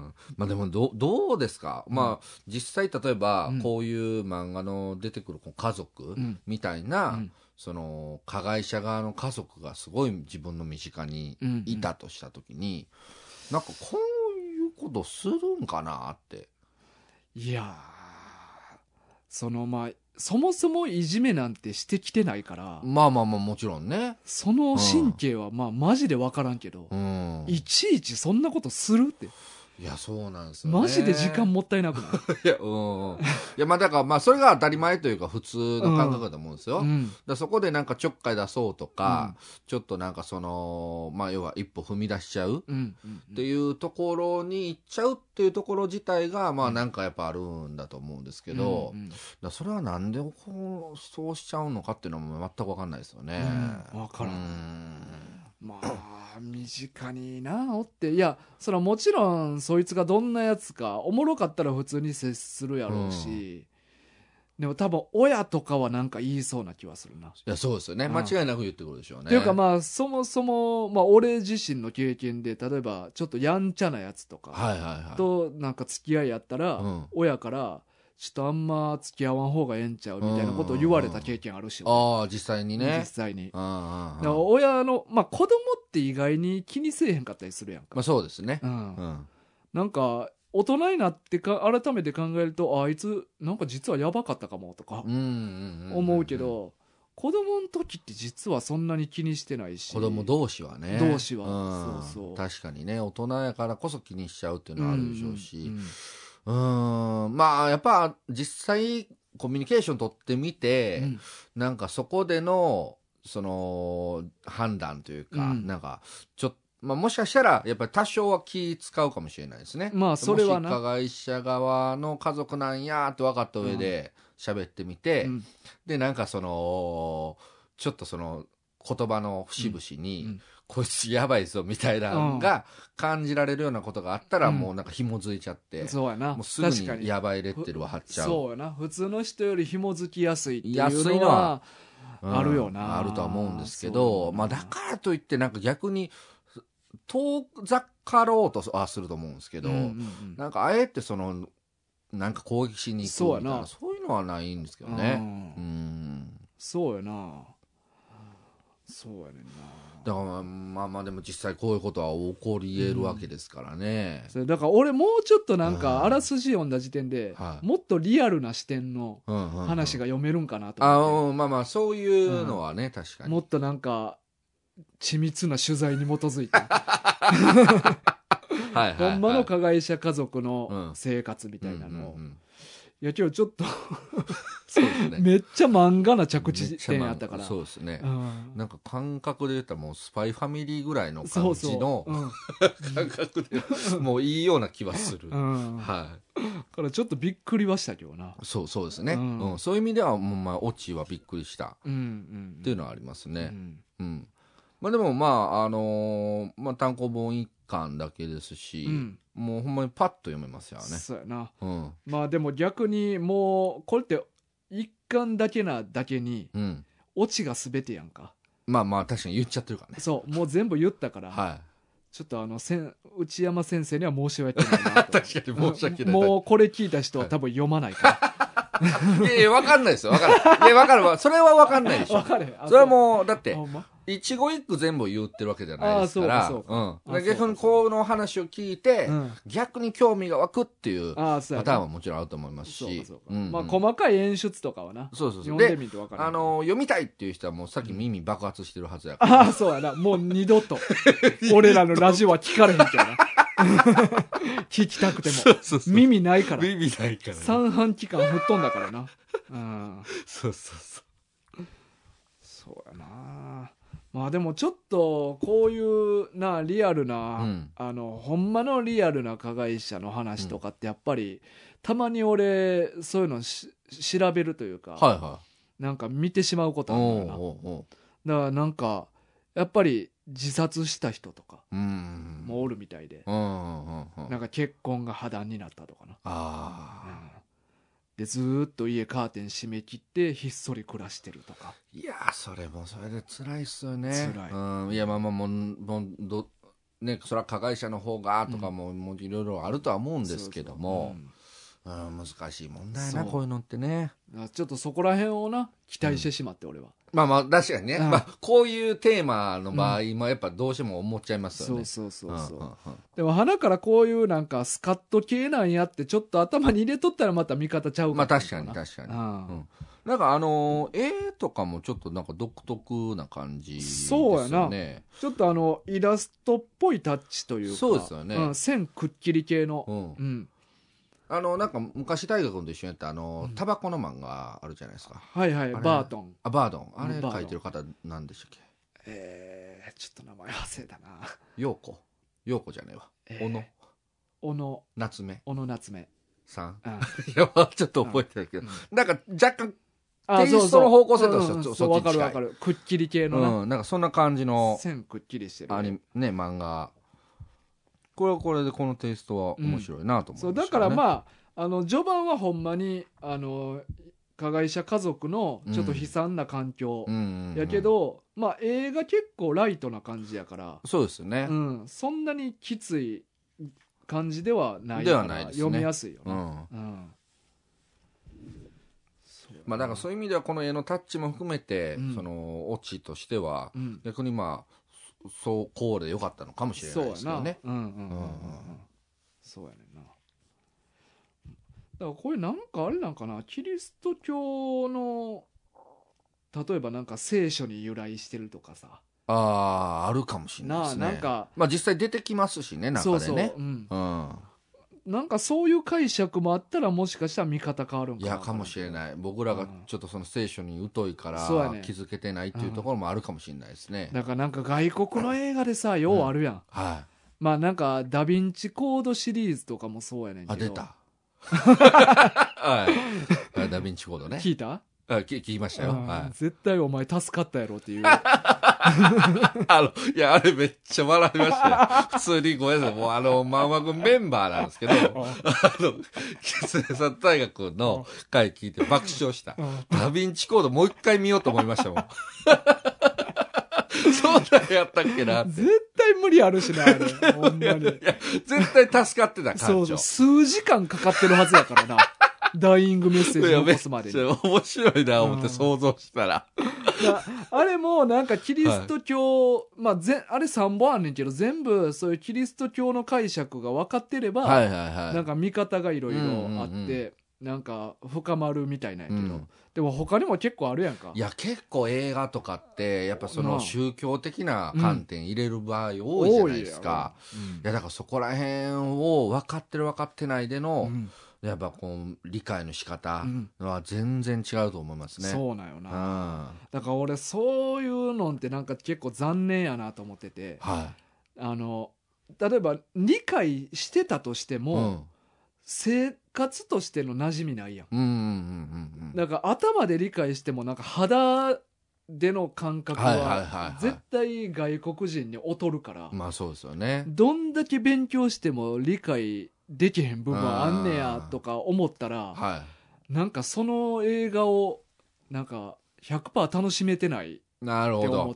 まあでもどどうですか、うん、まあ実際例えばこういう漫画の出てくる家族みたいな、うん、その加害者側の家族がすごい自分の身近にいたとした時に、うんうん、なんかこういうことするんかなって。 いやそのまあそもそもいじめなんてしてきてないから。 まあまあまあもちろんね。 その神経はまあマジで分からんけど、うん、いちいちそんなことするって。 いやそうなんですよね。 マジで時間もったいなくないいやうんいやまあだからまあそれが当たり前というか普通の感覚だと思うんですよ、うん、だそこでなんかちょっかい出そうとか、うん、ちょっとなんかそのまあ要は一歩踏み出しちゃうっていうところに行っちゃうっていうところ自体がまあなんかやっぱあるんだと思うんですけど、うんうん、だそれはなんでこうそうしちゃうのかっていうのも全く分かんないですよね、 うん、分からん、うん、まあ身近になおって、いやそれはもちろんそいつがどんなやつかおもろかったら普通に接するやろうし、うん、でも多分親とかはなんか言いそうな気はするな。いやそうですよね、うん、間違いなく言ってくるでしょうね。 っていうかまあそもそも、まあ、俺自身の経験で例えばちょっとやんちゃなやつとかとなんか付き合いやったら、はいはいはい、親からちょっとあんま付き合わん方がええんちゃうみたいなことを言われた経験あるし、 うんうん、ああ実際にね実際に、うんうんうん、だから親のまあ子供って意外に気にせえへんかったりするやんか。 まあそうですね、 うんうん、なんか大人になってか改めて考えると あ, あいつなんか実はやばかったかもとか思うけど、子供の時って実はそんなに気にしてないし、 子供同士はね同士は、 うん、そうそう確かにね大人やからこそ気にしちゃうっていうのはあるでしょうし、うんうんうん、うーんまあやっぱ実際コミュニケーション取ってみて、 うん、 なんかそこでのその判断というか、うん、なんかちょっとまあ、もしかしたらやっぱり多少は気使うかもしれないですね。 まあそれはな、 もし加害者側の家族なんやって分かった上で喋ってみて、うん、でなんかそのちょっとその言葉の節々に、うんうん、こいつやばいぞみたいなのが感じられるようなことがあったら、うん、もうなんか紐づいちゃって、 そうやな、 もうすぐにやばいレッテルを貼っちゃう。 そうやな、普通の人より紐づきやすいっていうのはあるよな、 うん、あるとは思うんですけど、まあ、だからといってなんか逆に遠ざかろうとはすると思うんですけど、うんうんうん、なんかあえてそのなんか攻撃しに行くみたいな、そういうのはないんですけどね。うん、 そうやな、そうやねんな。 だからまあまあでも実際こういうことは起こり得るわけですからね。 うん、それだから俺もうちょっとなんかあらすじ読んだ時点で、はい、もっとリアルな視点の話が読めるんかなと思って、うんうんうん、 あまあまあそういうのはね、うん、確かにもっとなんか緻密な取材に基づいてはいはい、はい、ほんまの加害者家族の生活みたいなのを、うんうんうんうん、いや今日ちょっとそうですね、めっちゃ漫画な着地点やったから、 そうですね、うん、なんか感覚で言ったらもうスパイファミリーぐらいの感じのそうそう、うん、感覚でもういいような気はする、うん、はい、 だからちょっとびっくりはしたけどな。 そうそうですね、うんうん、そういう意味ではもうまあオチはびっくりした、うんうん、っていうのはありますね、うんうん、まあ、でもまああのー、まあ、単行本一巻だけですし、うん、もうほんまにパッと読めますよね。 そうやな、うん、まあでも逆にもうこれって一巻だけなだけに、うん、オチが全てやんか。 まあまあ確かに言っちゃってるからね。 そうもう全部言ったから、はい、ちょっとあのせん内山先生には申し訳ないなと確かに申し訳ない。 もうこれ聞いた人は多分読まないから、 はい、いやいや分かんないですよ分かるいや分かるわそれは分かんないでしょ。分かる。それはもうだって一語一句全部言ってるわけじゃないですから、うん、逆にこの話を聞いて、うん、逆に興味が湧くっていうパターンはもちろんあると思いますし、 まあ細かい演出とかはな、 そうそうそう、 読んでみて分かる。 あの読みたいっていう人はもうさっき耳爆発してるはずやから、 うん、ああそうやな、もう二度と俺らのラジオは聞かれへんけどな聞きたくてもそうそうそう、耳ないから耳ないから、ね、 三半規管吹っ飛んだからな、うん、 そうそうそうそうやな。まあでもちょっとこういうなリアルな、うん、あのほんまのリアルな加害者の話とかってやっぱり、うん、たまに俺そういうのし調べるというか、はいはい、なんか見てしまうことあるんだよな。おうおうおう、だからなんかやっぱり自殺した人とかもおるみたいで、うんうんうん、なんか結婚が破談になったとかな、あ、うん、でずーっと家カーテン閉め切ってひっそり暮らしてるとか。 いやそれもそれで辛いっすよね。 辛い、 うん、いやまあまあもうもうどね、それは加害者の方がとかも、うん、もういろいろあるとは思うんですけども、そうそう、うん、難しい問題なこういうのってね。 ちょっとそこら辺をな期待してしまって、うん、俺はまあまあ確かにね、うん、まあ、こういうテーマの場合もやっぱどうしても思っちゃいますよね、うん、 そうそうそうそう、うんうんうん、でも鼻からこういうなんかスカッと系なんやってちょっと頭に入れとったらまた見方ちゃうかまあ確かに確かに、うんうん、なんかあのー、絵とかもちょっとなんか独特な感じですよね。 そうやな、ちょっとあのイラストっぽいタッチというか、 そうですよね、 うん、線くっきり系の、うんうん、 あのなんか昔大学と一緒にやったあのタバコの漫画あるじゃないですか、 はいはい、バートン、 あバードン、あれ描いてる方なんでしたっけ。 えー、ちょっと名前忘れたな。 陽子陽子じゃねえわ、えー、小野小野夏目小野夏目さん、うん、いやちょっと覚えてないけど、うん、なんか若干テイストの方向性としてはそっちに近い。 分かる分かる、くっきり系のな、 うん、なんかそんな感じの線くっきりしてるあれね漫画、これはこれでこのテイストは面白いなと思いましたね、うん、そうだからまああの序盤はほんまにあの加害者家族のちょっと悲惨な環境やけど、うん、まあ映画結構ライトな感じやから、 そうですね、 うん、そんなにきつい感じではないから、ね、読みやすいよね、うんうん、 まあだからそういう意味ではこの絵のタッチも含めて、うん、そのオチとしては、うん、逆にまあそうこうでよかったのかもしれないですけどね。 そうやねんな。だからこれなんかあれなんかな、キリスト教の例えばなんか聖書に由来してるとかさ、 あああるかもしれないですね。 ななんかまあ実際出てきますしね、中でね。そうそう、うん、うん、 なんかそういう解釈もあったらもしかしたら見方変わるんかな。 いやかもしれない。僕らがちょっとその聖書に疎いからね、 気づけてないっていうところもあるかもしれないですね。 だからなんか外国の映画でさ、ようあるやん、うん、 はい、 まあなんかダヴィンチコードシリーズとかもそうやねんけど。 あ出たはい、ダヴィンチコードね。 聞いた？ あ聞きましたよ、はい、 絶対お前助かったやろっていうあのいやあれめっちゃ笑いましたよ普通にごめんなさい、もうあの漫画軍メンバーなんですけどあのキツネさん大学の回聞いて爆笑した。ダヴィンチコードもう一回見ようと思いましたもんそうなんやったっけなって。 絶対無理あるしなあれほんまに。いや絶対助かってた感情。 そうそう数時間かかってるはずやからなダイイングメッセージ残すまでに。 面白いな思って想像したら、 うん、あれもなんかキリスト教、はい、まあぜあれさんぼんあんねんけど全部そういうキリスト教の解釈が分かってれば、はいはいはい、なんか見方がいろいろあって、うんうんうん、なんか深まるみたいなんやけど、うん、でも他にも結構あるやんか。 いや結構映画とかってやっぱその宗教的な観点入れる場合多いじゃないですか、うん、いやだからそこら辺を分かってる分かってないでの、うんやっぱこう理解の仕方は全然違うと思いますね、うん、 そうなんよな、うん、だから俺そういうのってなんか結構残念やなと思ってて、はい、あの例えば理解してたとしても、うん、生活としての馴染みないやん、うんうんうんうん、だから頭で理解してもなんか肌での感覚は絶対外国人に劣るから、 まあそうですよね。 どんだけ勉強しても理解できへん部分あんねやとか思ったら、はい、なんかその映画をなんか ひゃくパーセント 楽しめてないって思って、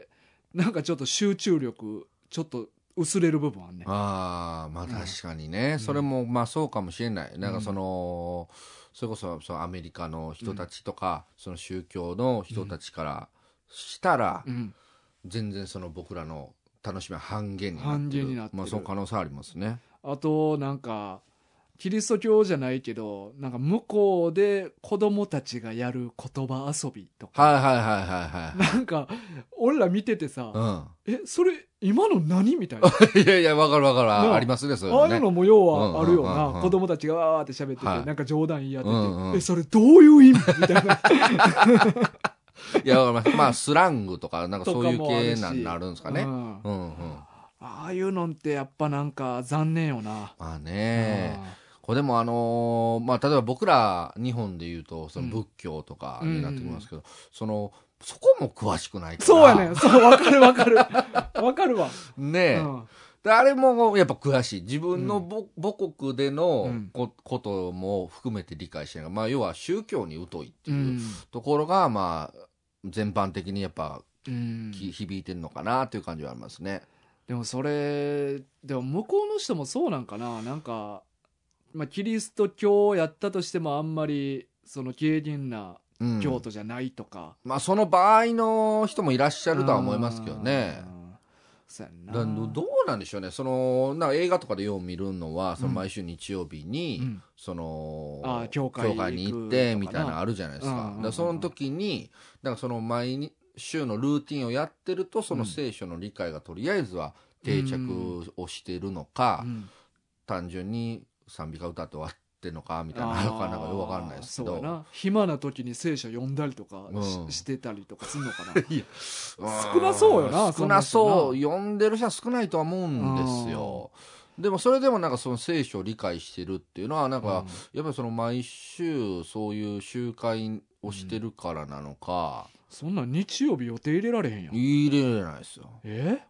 なんかちょっと集中力ちょっと薄れる部分あんねん。 ああまあ確かにね、うん、それもまあそうかもしれない。なんかその、うん、それこそ、そのアメリカの人たちとか、うん、その宗教の人たちからしたら、うん、全然その僕らの楽しみは半減になってる。半減になってる。まあそう可能性ありますね。 あとなんかキリスト教じゃないけどなんか向こうで子供たちがやる言葉遊びとか、 はいはいはいはいはい、 なんか俺ら見ててさ、うん、えそれ今の何みたいないやいや分かる分かる、ありますねそれね。 ああいうのも要はあるよな、うんうんうんうん、子供たちがわーって喋ってて、はい、なんか冗談言い合ってて、うんうん、えそれどういう意味みたいないやまあスラングとかなんかそういう系になるんですかね、うんうんうん、 ああいうのってやっぱなんか残念よな。 まあね、うん、これでもあのー、まあ例えば僕ら日本でいうとその仏教とかになってきますけど、うんうん、そのそこも詳しくないから。 そうやねん、そう分かる分かる分かるわねえ、うん、であれもやっぱ詳しい自分の母、うん、母国での こ,、ことも含めて理解してる、まあ要は宗教に疎いっていうところがまあ全般的にやっぱ、うん、響いてるのかなという感じはありますね。 でもそれでも向こうの人もそうなんかな、なんか、まあ、キリスト教やったとしてもあんまりその敬厳な教徒じゃないとか、 うん、まあその場合の人もいらっしゃるとは思いますけどね。 そうやな。 だどうなんでしょうね。そのなんか映画とかでよう見るのは、その毎週日曜日に、うん、そのあ教会、 教会に行ってみたいなのあるじゃないですか。だからその時になんかその毎日週のルーティンをやってるとその聖書の理解がとりあえずは定着をしているのか、うん、単純に賛美歌歌って終わってるのかみたいなのかなんかよく分かんないですけど、 そうな、暇な時に聖書読んだりとか し,、うん、してたりとかするのかな。いや少なそうよな。 少なそう、読んでる人は少ないとは思うんですよ。でもそれでもなんかその聖書を理解してるっていうのはなんかやっぱりその毎週そういう集会をしてるからなのか、うん、 そんな日曜日予定入れられへんやん。 入れれないですよ。 え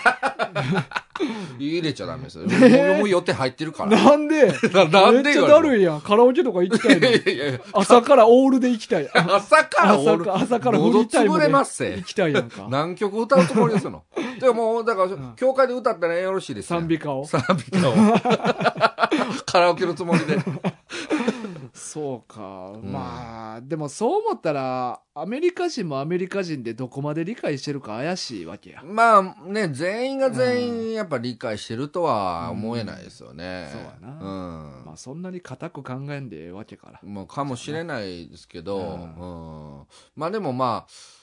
入れちゃダメですよ。えー、もう予定入ってるから。 なんでなんでめっちゃだるいやん。カラオケとか行きたいの。いやいや朝からオールで行きたい。 朝からオール。 朝からフリータイムで行きたいやんか。 何曲歌うつもりですよ。でももうだから、うん、教会で歌ったらよろしいですよ。 賛美歌を。 賛美歌を。カラオケのつもりで。 そうか、うん、まあでもそう思ったらアメリカ人もアメリカ人でどこまで理解してるか怪しいわけや。 まあね全員が全員やっぱ理解してるとは思えないですよね、 うん、そうやな、うん、まあそんなに固く考えんでええわけから、 まあ、かもしれないですけど、うんうん、まあでもまあ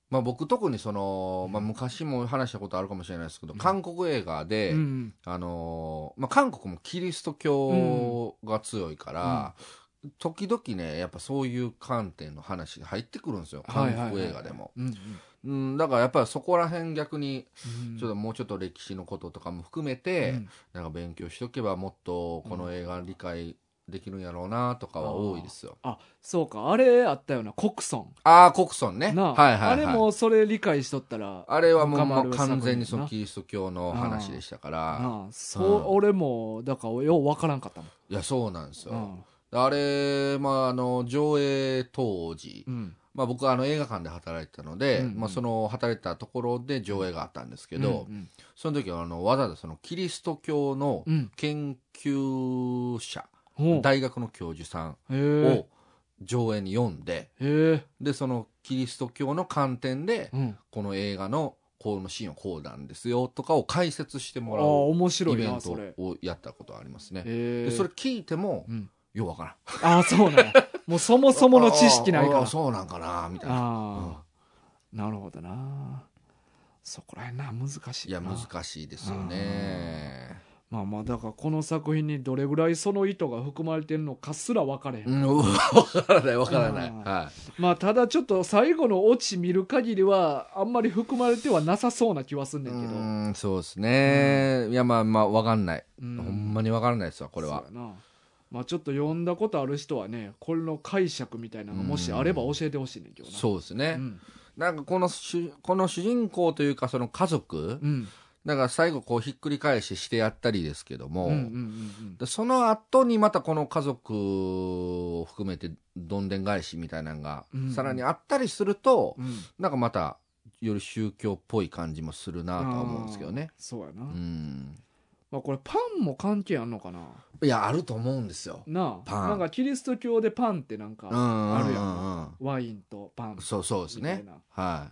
まあ、僕特にその、まあ、昔も話したことあるかもしれないですけど、うん、韓国映画で、うん、あのーまあ、韓国もキリスト教が強いから、うん、時々ねやっぱそういう観点の話が入ってくるんですよ、韓国映画でも。だからやっぱりそこら辺逆にちょっともうちょっと歴史のこととかも含めて、うん、なんか勉強しとけばもっとこの映画理解できるんやろうなとかは多いですよ。 あ, あそうか、あれあったよな、コクソン。 ああ、コクソンね。 な、はいはいはい、あれもそれ理解しとったら、 あれはもう完全にそのキリスト教の話でしたから。 なあそう、うん、俺もだからよう分からんかったもん。 いやそうなんですよ、うん、あれ、まあ、あの上映当時、うん、まあ、僕はあの映画館で働いてたので、うんうん、まあ、その働いてたところで上映があったんですけど、うんうん、その時はあのわざわざそのキリスト教の研究者、うん、大学の教授さんを上映に呼んで、でそのキリスト教の観点で、うん、この映画のこのシーンはこうなんですよとかを解説してもらうイベントをやったことがありますね。でそれ聞いても、うんようわからん。 ああ、そうなんや。もうそもそもの知識ないから。 そうなんかな、みたいな。あうん、なるほどな。そこらへんな、難しいな。 いや、難しいですよね。 まあまあ、だからこの作品にどれぐらいその意図が含まれてるのかすら分かれへん。 うん、分からない、分からない。はい、 まあ、ただちょっと最後のオチ見る限りは、あんまり含まれてはなさそうな気はすんねんけど。 うん、そうですね。うん、いや、まあまあ、分かんない。うん、ほんまに分からないですわ、これは。そうやな。 まあ、ちょっと読んだことある人はね、これの解釈みたいなのがもしあれば教えてほしいねんけどな。 そうですね、うん、なんかこの主この主人公というかその家族、うん、だから最後こうひっくり返ししてやったりですけども、うんうんうんうん、その後にまたこの家族を含めてどんでん返しみたいなのがさらにあったりすると、うんうん、なんかまたより宗教っぽい感じもするなとは思うんですけどね。 そうやな、うんまあ、これパンも関係あんのかな。 いやあると思うんですよ。 なあパンなんかキリスト教でパンってなんかあるやん、うんうん、ワインとパンそうそうですね。はい。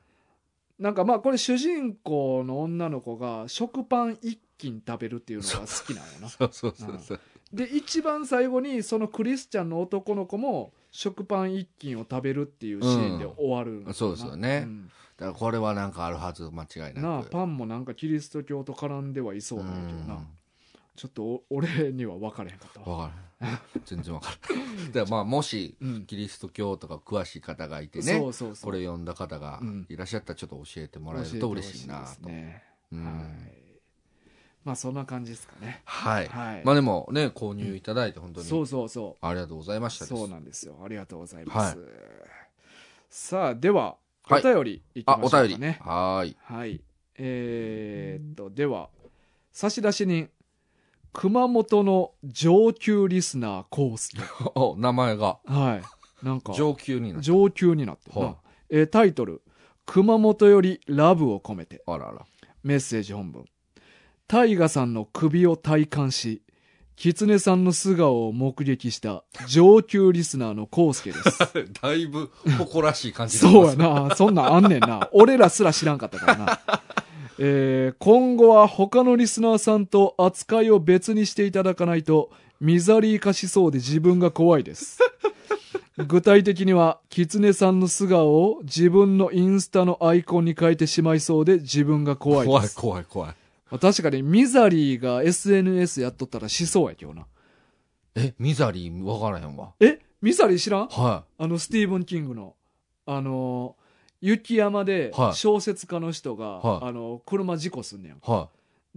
なんかまあこれ主人公の女の子が食パン一斤食べるっていうのが好きなんやな。 そうそうそうそう、 うん、で一番最後にそのクリスチャンの男の子も食パン一斤を食べるっていうシーンで終わる、 うん、そうですよね、うん、だからこれはなんかあるはず間違いなくなあパンもなんかキリスト教と絡んではいそうなんだけどな、うん、ちょっと俺には分からへんかったわ。分からへん全然分からへんだからまあもしキリスト教とか詳しい方がいてね、うん、そうそうそうこれ読んだ方がいらっしゃったらちょっと教えてもらえると嬉しいなと、ねうんはい、 まあそんな感じですかね。 はい、はい、まあでもね購入いただいて本当に、うん、 そうそうそうありがとうございましたです。 そうなんですよ、ありがとうございます、はい、さあではお便りいきましょうかね、はい、あお便りはいはいえー、っとでは差出人熊本の上級リスナーコースお名前がはいなんか上級になって上級になってるな、えー、タイトル熊本よりラブを込めてあららメッセージ本文タイガさんの首を体感しキツネさんの素顔を目撃した上級リスナーのコウスケですだいぶ誇らしい感じそうやなそんなんあんねんな俺らすら知らんかったからなえー、今後は他のリスナーさんと扱いを別にしていただかないとミザリー化しそうで自分が怖いです具体的にはキツネさんの素顔を自分のインスタのアイコンに変えてしまいそうで自分が怖いです。 怖い怖い怖い、 まあ、確かにミザリーが エスエヌエス やっとったらしそうやけどな。 えミザリー分からへんわ。 えミザリー知らん？ はい。 あのスティーブン・キングのあのー雪山で小説家の人が、はい、あの車事故すんねん、はい、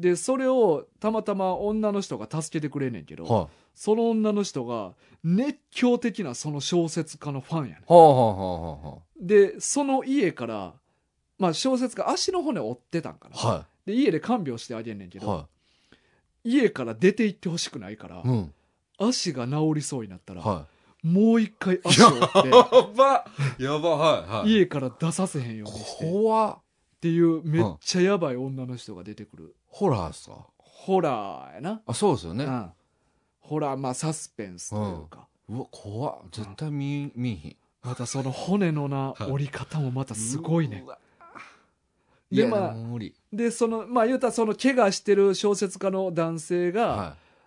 でそれをたまたま女の人が助けてくれんねんけど、はい、その女の人が熱狂的なその小説家のファンやねん、はあはあはあ、でその家から、まあ、小説家足の骨折ってたんかな、はい、で家で看病してあげんねんけど、はい、家から出て行ってほしくないから、うん、足が治りそうになったら、はいもう一回足を折ってやばやばはいはい家から出させへんようにして怖っていうめっちゃやばい女の人が出てくる、うん、 ホラーっすか？ ホラーやなあそうですよね、うん、 ホラーまあサスペンスというか、 うん、うわ怖っ絶対見見ひんまたその骨のな折り方もまたすごいねでまあ無理でそのまあ言うたらその怪我してる小説家の男性が、はい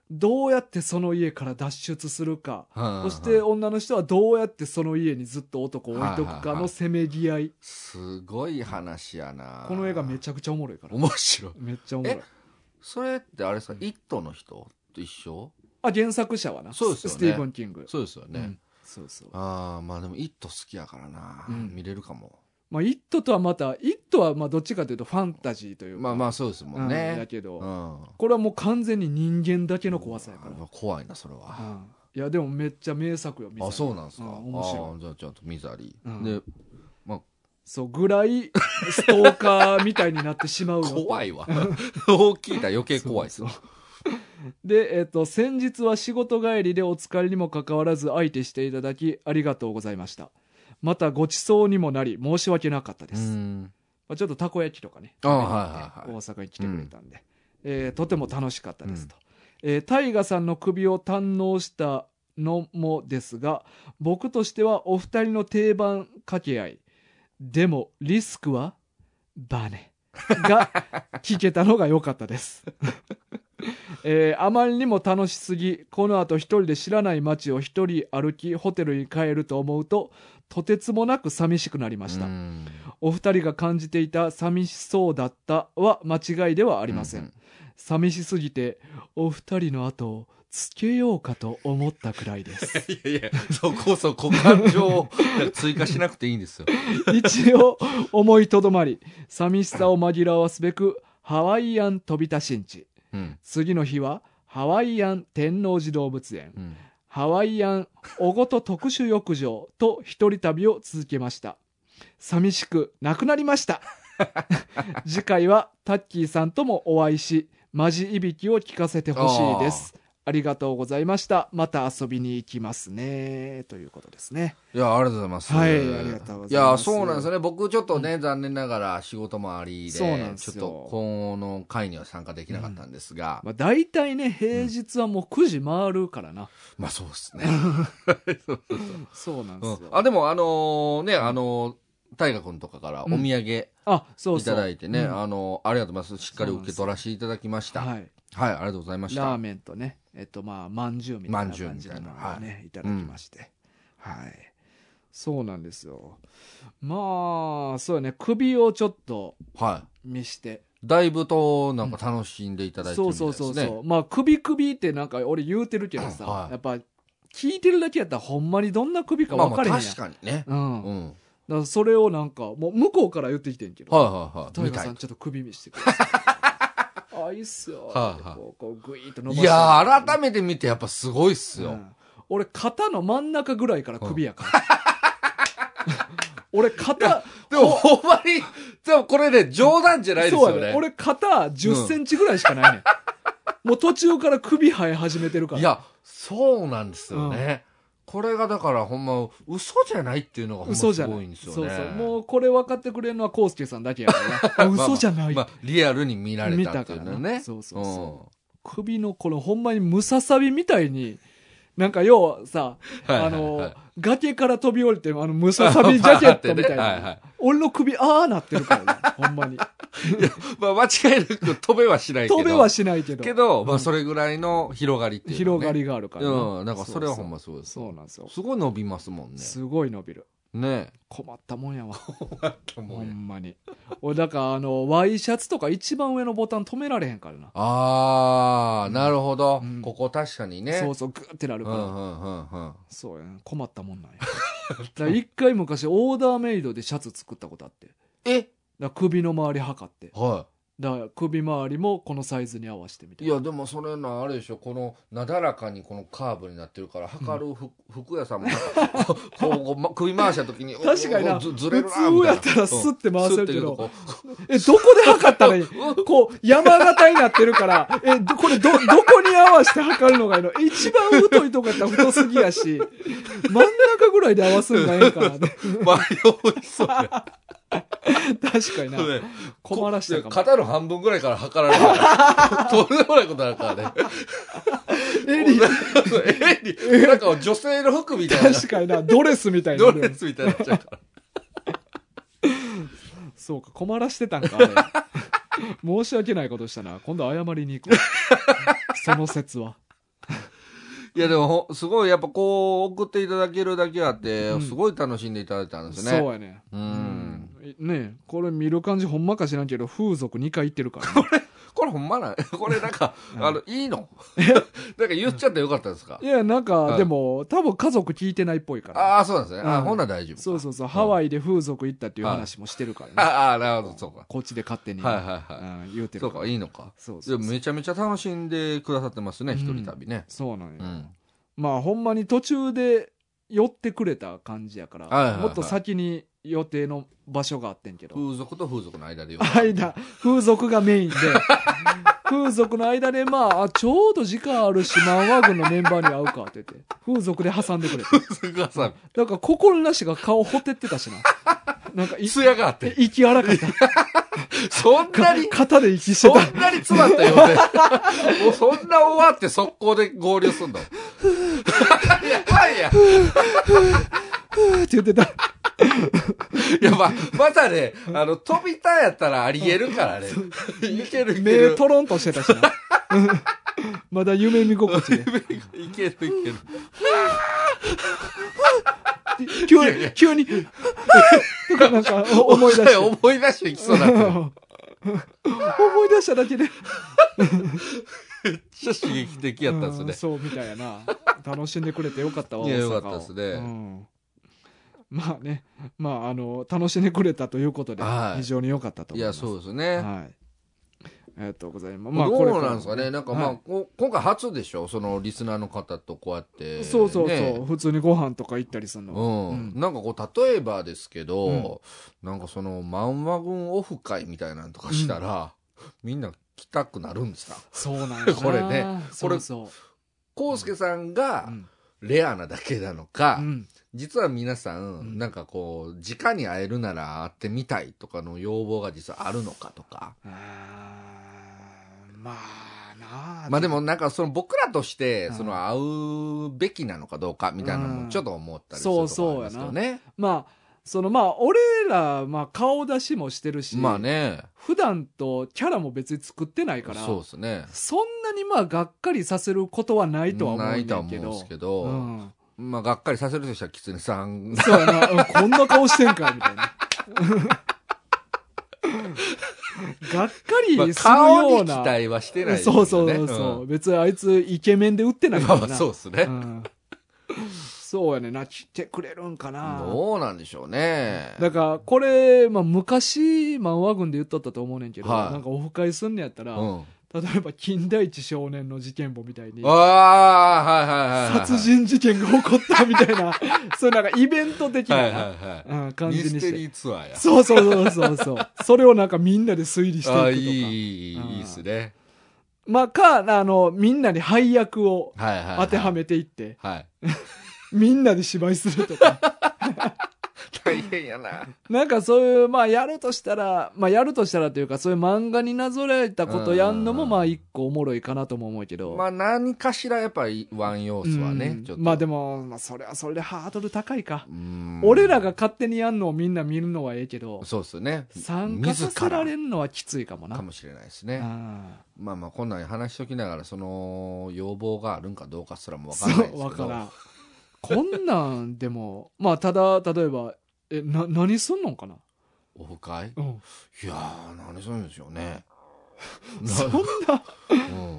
どうやってその家から脱出するか、 はいはいはい、 そして女の人はどうやってその家にずっと男を置いとくかのせめぎ合い、はいはいはい、 すごい話やな。 この映画めちゃくちゃおもろいから。 面白い。 めっちゃおもろい。 えそれってあれさ、イットの人と一緒？ あ、原作者はな。 そうですよね。 スティーブン・キング。 そうですよね。うん、 そうそう。 ああ、まあでもイット好きやからな、うん、見れるかも。 まあ、イットとはまた、イットはまあどっちかというとファンタジーというか。 まあまあそうですもんね。 うん、だけど、 うん、 これはもう完全に人間だけの怖さやから。 怖いな、それは。 うん、いや、でもめっちゃ名作よ、 ミザリー。あ、そうなんですか。 うん、面白い。 あ、じゃあちょっとミザリー。うん、で、 まあ、そうぐらいストーカーみたいになってしまうの。 怖いわ。大きいな余計怖いです。 そうそうで、えっと、先日は仕事帰りでお疲れにもかかわらず相手していただきありがとうございました。またごちそうにもなり申し訳なかったです。まあ、ちょっとたこ焼きとかね、 あ、はいはいはい、 大阪に来てくれたんで、うん、えー、とても楽しかったですと。うん、えー、タイガさんの首を堪能したのもですが、僕としてはお二人の定番掛け合い、でもリスクはバネが聞けたのが良かったです。えー、あまりにも楽しすぎ、この後一人で知らない街を一人歩きホテルに帰ると思うととてつもなく寂しくなりました。お二人が感じていた寂しそうだったは間違いではありません。うんうん、寂しすぎてお二人の後をつけようかと思ったくらいです。 いやいや、そこそこ感情を追加しなくていいんですよ。 一応思いとどまり、寂しさを紛らわすべくハワイアン飛び田新地、うん、次の日はハワイアン天王寺動物園、うん、ハワイアンおごと特殊浴場と一人旅を続けました。寂しくなくなりました。次回はタッキーさんともお会いし、マジいびきを聞かせてほしいです。ありがとうございました。また遊びに行きますね。ということですね。 いや、ありがとうございます。 はい、ありがとうございます。 いや、そうなんですよね。僕ちょっとね、うん、残念ながら仕事もありで、そうなんですよ。ちょっとこの会には参加できなかったんですが。 うん、まあ、大体ね、平日はもうくじ回るからな。うん、 まあそうですね。 そうなんですよ。 うん、あ、でもあのー、ね、あのー、大河君とかからお土産いただいてね、うん、あのー、ありがとうございます。しっかり受け取らせていただきました。はい。はい、ありがとうございました。 ラーメンとね、えっとまあまんじゅうみたいな感じのものをね、いただきまして、うん、はい、そうなんですよ。まあそうね、首をちょっと見して、はい、 だいぶとなんか楽しんでいただいてるみたいですね。 そうそうそうそう。まあ首首ってなんか俺言うてるけどさ、はい、やっぱ聞いてるだけやったらほんまにどんな首か分かれへんやん。 まあ、まあ確かにね。 うん。うん、だからそれをなんかもう向こうから言ってきてんけど、 はいはいはい。 タイガさんちょっと首見してください。あ、いいっすよ。はあはあ、こうこうグイーッと伸ばして。 いやー、改めて見てやっぱすごいっすよ。うん、 俺肩の真ん中ぐらいから首やから。うん、俺肩でもほんまにでもこれね冗談じゃないですよね。そうやね。 俺肩じゅっセンチぐらいしかないね、うん。もう途中から首生え始めてるから。 いやそうなんですよね。うんこれがだからほんま嘘じゃないっていうのがほんますごいんですよね。そうそう。もうこれ分かってくれるのはコウスケさんだけやからね。嘘じゃない。 まあ、まあ、リアルに見られたっていうのね。 そうそうそう。首のこのほんまにムササビみたいになんか要はさ、はいはいはい、あの崖から飛び降りてあのムササビジャケットみたいな、ねはいはい、俺の首ああなってるからねほんまに。いやまあ間違いなく飛べはしないけど飛べはしないけどけど、まあ、それぐらいの広がりっていう、ね、 広がりがあるから、ね、 うん、なんかそれはほんまそうです。 そうなんですよ。 すごい伸びますもんね。 すごい伸びるね。 困ったもんやわ。 困ったもんや。 ほんまに。俺だからあのワイシャツとか一番上のボタン止められへんからな。 あー、うん、なるほど、うん、ここ確かにね。 そうそうグーってなるから。 うんうんうんうん。 そうやね。困ったもんなんや。だから一回昔オーダーメイドでシャツ作ったことあって。 え？ だ首の周り測って。 はい。 だから首周りもこのサイズに合わせてみたいな。いやでもそれのあれでしょ、このなだらかにこのカーブになってるから測る、うん、服屋さんもこうこう、ま、首回した時に確かになずずれるなみたいな。 普通やったらスッて回せるけど、うん、えどこで測ったらいいこう山形になってるからえこれどどこに合わせて測るのがいいの。一番太いとこやったら太すぎやし真ん中ぐらいで合わすんがええからね。 迷いそうや。 確かにな、ね、困らしたかも。 肩の半分ぐらいから測られるからとんでもないことになるからね。 エリエリなんか女性の服みたいな。 確かになドレスみたいな。 ドレスみたいになっちゃうから。 そうか困らしてたんかあれ。申し訳ないことしたな。今度謝りに行くわ。その説はいやでもすごいやっぱこう送っていただけるだけあって、うん、すごい楽しんでいただいたんですね。 そうやね。うん。ねこれ見る感じほんまか知らんけど風俗にかい行ってるから、ね、 これこれほんまなこれなんか、うん、あのいいのなんか言っちゃってよかったですか？ いやなんか、うん、でも多分家族聞いてないっぽいから、ね、 ああそうなんですね、うん、あほんなら大丈夫。 そうそうそう、うん、ハワイで風俗行ったっていう話もしてるからね、 ああなるほどそうか、 こっちで勝手に、 はいはいはい、うん、 言うてるからそうかいいのか。 そうそうそう、 めちゃめちゃ楽しんでくださってますね、一、うん、人旅ね。 そうなんよ、うん、まあほんまに途中で寄ってくれた感じやから、はいはいはい、もっと先に予定の場所があってんけど、 風俗と風俗の間で間風俗がメインで風俗の間でまあちょうど時間あるしマンワー軍のメンバーに会うかって言って風俗で挟んでくれて、 風俗挟む、 なんか心なしが顔ほてってたしな、なんか艶があって息荒かったそんなに肩で息してた、 そんなに詰まったよねもうそんな終わって速攻で合流すんのやばいやって言ってたいやまあまたねあの飛びたやったらありえるからねいけるいける、 目トロンとしてたしなまだ夢見心地でいけるいける急に急にとかなんか思い出して思い出していきそうな思い出しただけでめっちゃ刺激的やったんですね、 うん、そうみたいやな。楽しんでくれてよかったわ。 いやよかったですね、 うん、まあねまああの楽しんでくれたということで、はい、非常に良かったと思います。 いやそうですね、 はい、ありがとうございます。 まあどうなんですかね、なんかまあ、はい、今回初でしょ、そのリスナーの方とこうやって、ね、 そうそうそう、普通にご飯とか行ったりするの、 うんうん、なんかこう例えばですけど、うん、なんかその漫画軍オフ会みたいなのとかしたら、うん、みんな来たくなるんですか？ そうなんやこれね、これ康介さんがレアなだけなのか、うん、実は皆さん、うん、なんかこう直に会えるなら会ってみたいとかの要望が実はあるのかとか。あまあなあ、 まあでもなんかその僕らとしてその会うべきなのかどうかみたいなのもちょっと思ったりするところありますよね。そうそうやな。 まあそのまあ俺らまあ顔出しもしてるし、 まあね、 普段とキャラも別に作ってないから、 そうですね。 そんなにまあがっかりさせることはないとは思うんだけど、 ないとは思うんですけど、うん、まあがっかりさせるとしたらキツネさん、 そうやな、うん、こんな顔してんかみたいな。がっかりするような、まあ、 顔に期待はしてないですよね。 そうそうそう、うん、別にあいつイケメンで売ってないからな。 まあそうですね。 うんそうやねんな、来てくれるんかな。 どうなんでしょうね。 だからこれ、まあ、昔漫画軍で言っとったと思うねんけど、はい、なんかオフ会すんねやったら、うん、例えば金田一少年の事件簿みたいに、 ああ、はいはいはい、 殺人事件が起こったみたいなそういうなんかイベント的な、はいはいはいうん、感じにして、ミステリーツアーや、そうそうそうそうそうそれをなんかみんなで推理していくとか、あいいいいいいっすね。 まあかあのみんなに配役を当てはめていって、はいはいはいみんなで芝居するとか大変やな。 なんかそういうまあやるとしたらまあやるとしたらというかそういう漫画になぞらえたことやんのもまあ一個おもろいかなとも思うけど、 まあ何かしらやっぱりワン要素はね、うん、ちょっとまあでも、まあ、それはそれでハードル高いか。俺らが勝手にやんのをみんな見るのはええけど、 そうですね、 参加させられるのはきついかもな。 かもしれないですね。まあまあこんなん話しときながらその要望があるんかどうかすらも分からないですけど、 そう分からんこんなんでもまあただ例えばえな何すんのかなオフ会、 うん、 いやー何するんでしょうねそんな、うん、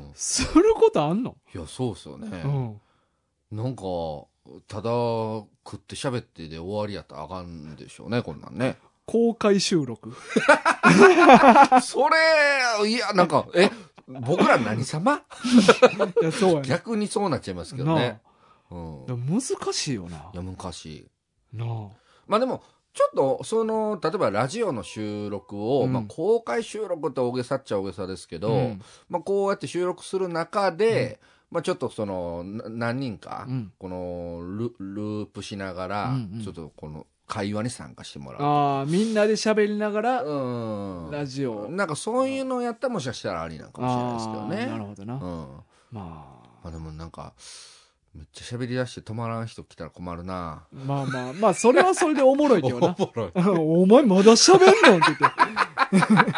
することあんの？ いやそうっすよね、うん、なんかただ食って喋ってで終わりやったらあかんでしょうねこんなんね。 公開収録それいやなんかえ僕ら何様いやそうや、ね、 逆にそうなっちゃいますけどね。 うん、難しいよな。 いや難しいなあ。 まあでもちょっとその例えばラジオの収録を、うんまあ、公開収録って大げさっちゃ大げさですけど、うんまあ、こうやって収録する中で、うんまあ、ちょっとその何人か、うん、この ル, ループしながら、うんうん、ちょっとこの会話に参加してもらう。 ああみんなで喋りながら、うん、ラジオなんかそういうのをやったらもしかしたらありなのかもしれないですけどね。 なるほどな、うんまあ、まあでもなんかめっちゃ喋り出して止まらん人来たら困るな。 まあまあまあそれはそれでおもろいけどな。おもろいお前まだ喋んのって言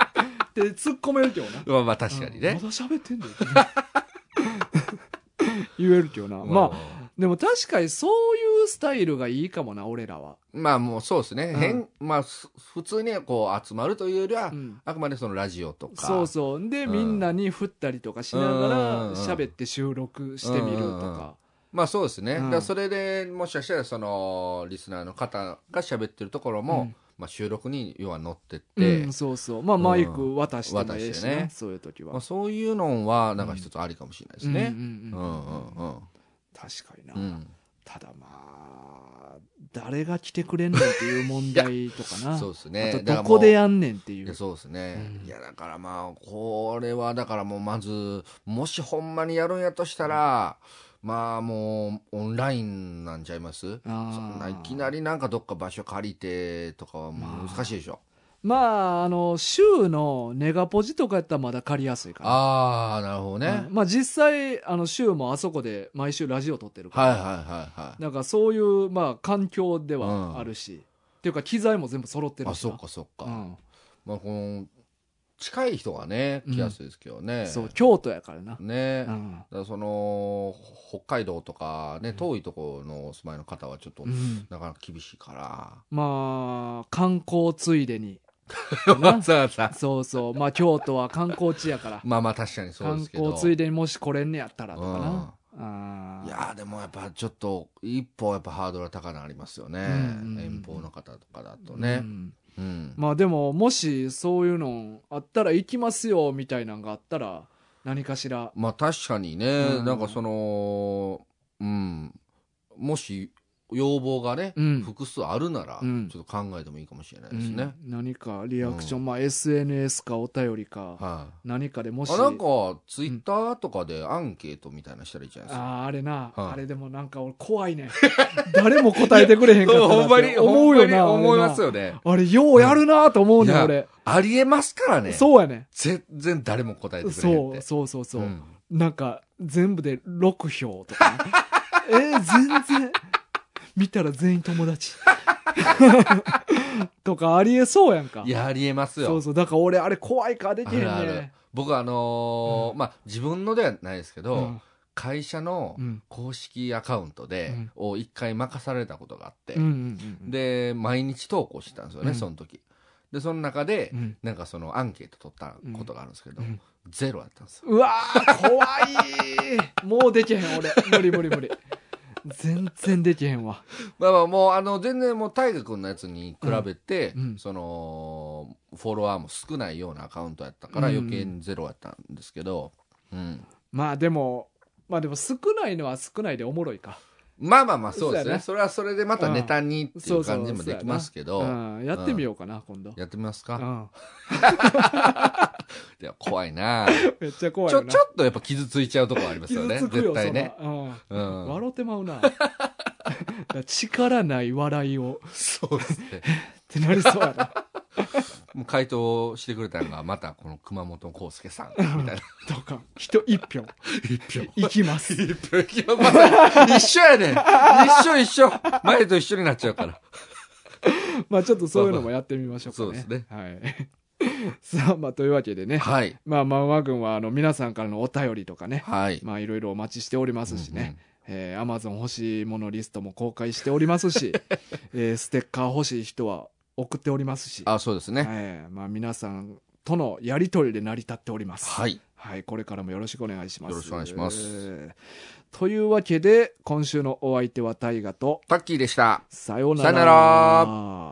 ってで突っ込めるけどな。 まあまあ確かにね。 まだ喋ってんだよ言えるけどな。まあ、でも確かにそういうスタイルがいいかもな、俺らは。 まあもうそうですね。 うん変、まあ普通にこう集まるというよりは、うん、あくまでそのラジオとか。 そうそう。で、うん、みんなに振ったりとかしながら喋って収録してみるとか。うんうんうん、 まあそうですね。うん、だからそれでもしかしたらそのリスナーの方が喋ってるところも、うんまあ、収録に要は乗ってって、 うん、そうそう、まあ、マイク渡してもいいしね、うん、そういう時は、 まあ、そういうのはなんか一つありかもしれないですね。 確かにな、うん、ただまあ誰が来てくれんねんっていう問題とかなそうですね、 あとどこでやんねんっていう。 いやそうですね、うん、いやだからまあこれはだからもうまずもしほんまにやるんやとしたら、うんまあもうオンラインなんちゃいます。そんないきなりなんかどっか場所借りてとかは難しいでしょ。 まあ、まあ、あの週のネガポジとかやったらまだ借りやすいから。 ああなるほどね、 うん、まあ実際あの週もあそこで毎週ラジオ撮ってるから、 はいはいはいはい、 なんかそういうまあ環境ではあるし、うん、っていうか機材も全部揃ってるし。 あそっかそっか、うん、まあこの近い人がね来やすいですけどね、 うん、そう京都やからなね、うん、だからその北海道とかね、うん、遠いところのお住まいの方はちょっと、うん、なかなか厳しいから、 まあ観光ついでにそうそうまあ京都は観光地やからまあまあ確かにそうですけど観光ついでにもし来れんねやったらとかな、 うん、あいやでもやっぱちょっと一歩やっぱハードルは高くなりますよね、うんうんうん、遠方の方とかだとね、うんうん、 まあでももしそういうのあったら行きますよみたいなのがあったら何かしらまあ確かにね、うん、なんかそのうんもし要望がね、うん、複数あるなら、うん、ちょっと考えてもいいかもしれないですね、 うん、何かリアクション、うん、まあ エスエヌエス かお便りか、はい、何かでもしあなんかツイッターとかでアンケートみたいなしたらいいじゃないですか、 あああれな、はい、あれでもなんか俺怖いね誰も答えてくれへんかったなって思うよな思いますよねあれようやるなと思うね、うん、俺ありえますからね。 そうやね全然誰も答えてくれへんってそうそうそうそう、うん、なんか全部でろく票とか、ね、えー、全然見たら全員友達とかありえそうやんか。 いやありえますよ。 そうそうだから俺あれ怖いからできへんね。あるある僕あのーうん、まあ自分のではないですけど、うん、会社の公式アカウントで、うん、を一回任されたことがあって、うんうんうん、で毎日投稿してたんですよね、うん、その時でその中で、うん、なんかそのアンケート取ったことがあるんですけど、うん、ゼロやったんですよ。 うわー怖いもうできへん俺無理無理無理全然できへんわ。 まあまあもうあの全然もう大河君のやつに比べて、うん、そのフォロワーも少ないようなアカウントやったから余計にゼロやったんですけど、うんうん、 まあでもまあでも少ないのは少ないでおもろいか。 まあまあまあそうですね。それはそれでまたネタにっていう感じもできますけど、 うん、やってみようかな、うん、今度。 やってみますか。うん、いや怖いな。 めっちゃ怖いな。ちょちょっとやっぱ傷ついちゃうところありますよね。絶対ね。 うんうん、笑ってまうな。力ない笑いを。 そうですね。 ってなりそうやな。 もう回答してくれたのがまたこの熊本康介さんみたいなとか人一票一票いきます一票いきます、ま、一緒やねん一緒一緒前と一緒になっちゃうからまあちょっとそういうのもやってみましょうかね。 そうですね、 はいさあまあというわけでね、はい、まあマンワ軍はあの皆さんからのお便りとかね、はい、まあいろいろお待ちしておりますしね、うんうんえー、Amazon 欲しいものリストも公開しておりますし、えー、ステッカー欲しい人は送っておりますし、 あ、そうですね、 えーまあ、皆さんとのやり取りで成り立っております。 はい、 はい、これからもよろしくお願いします。 よろしくお願いします、 えー、というわけで今週のお相手はタイガとタッキーでした。 さようなら。 さようなら。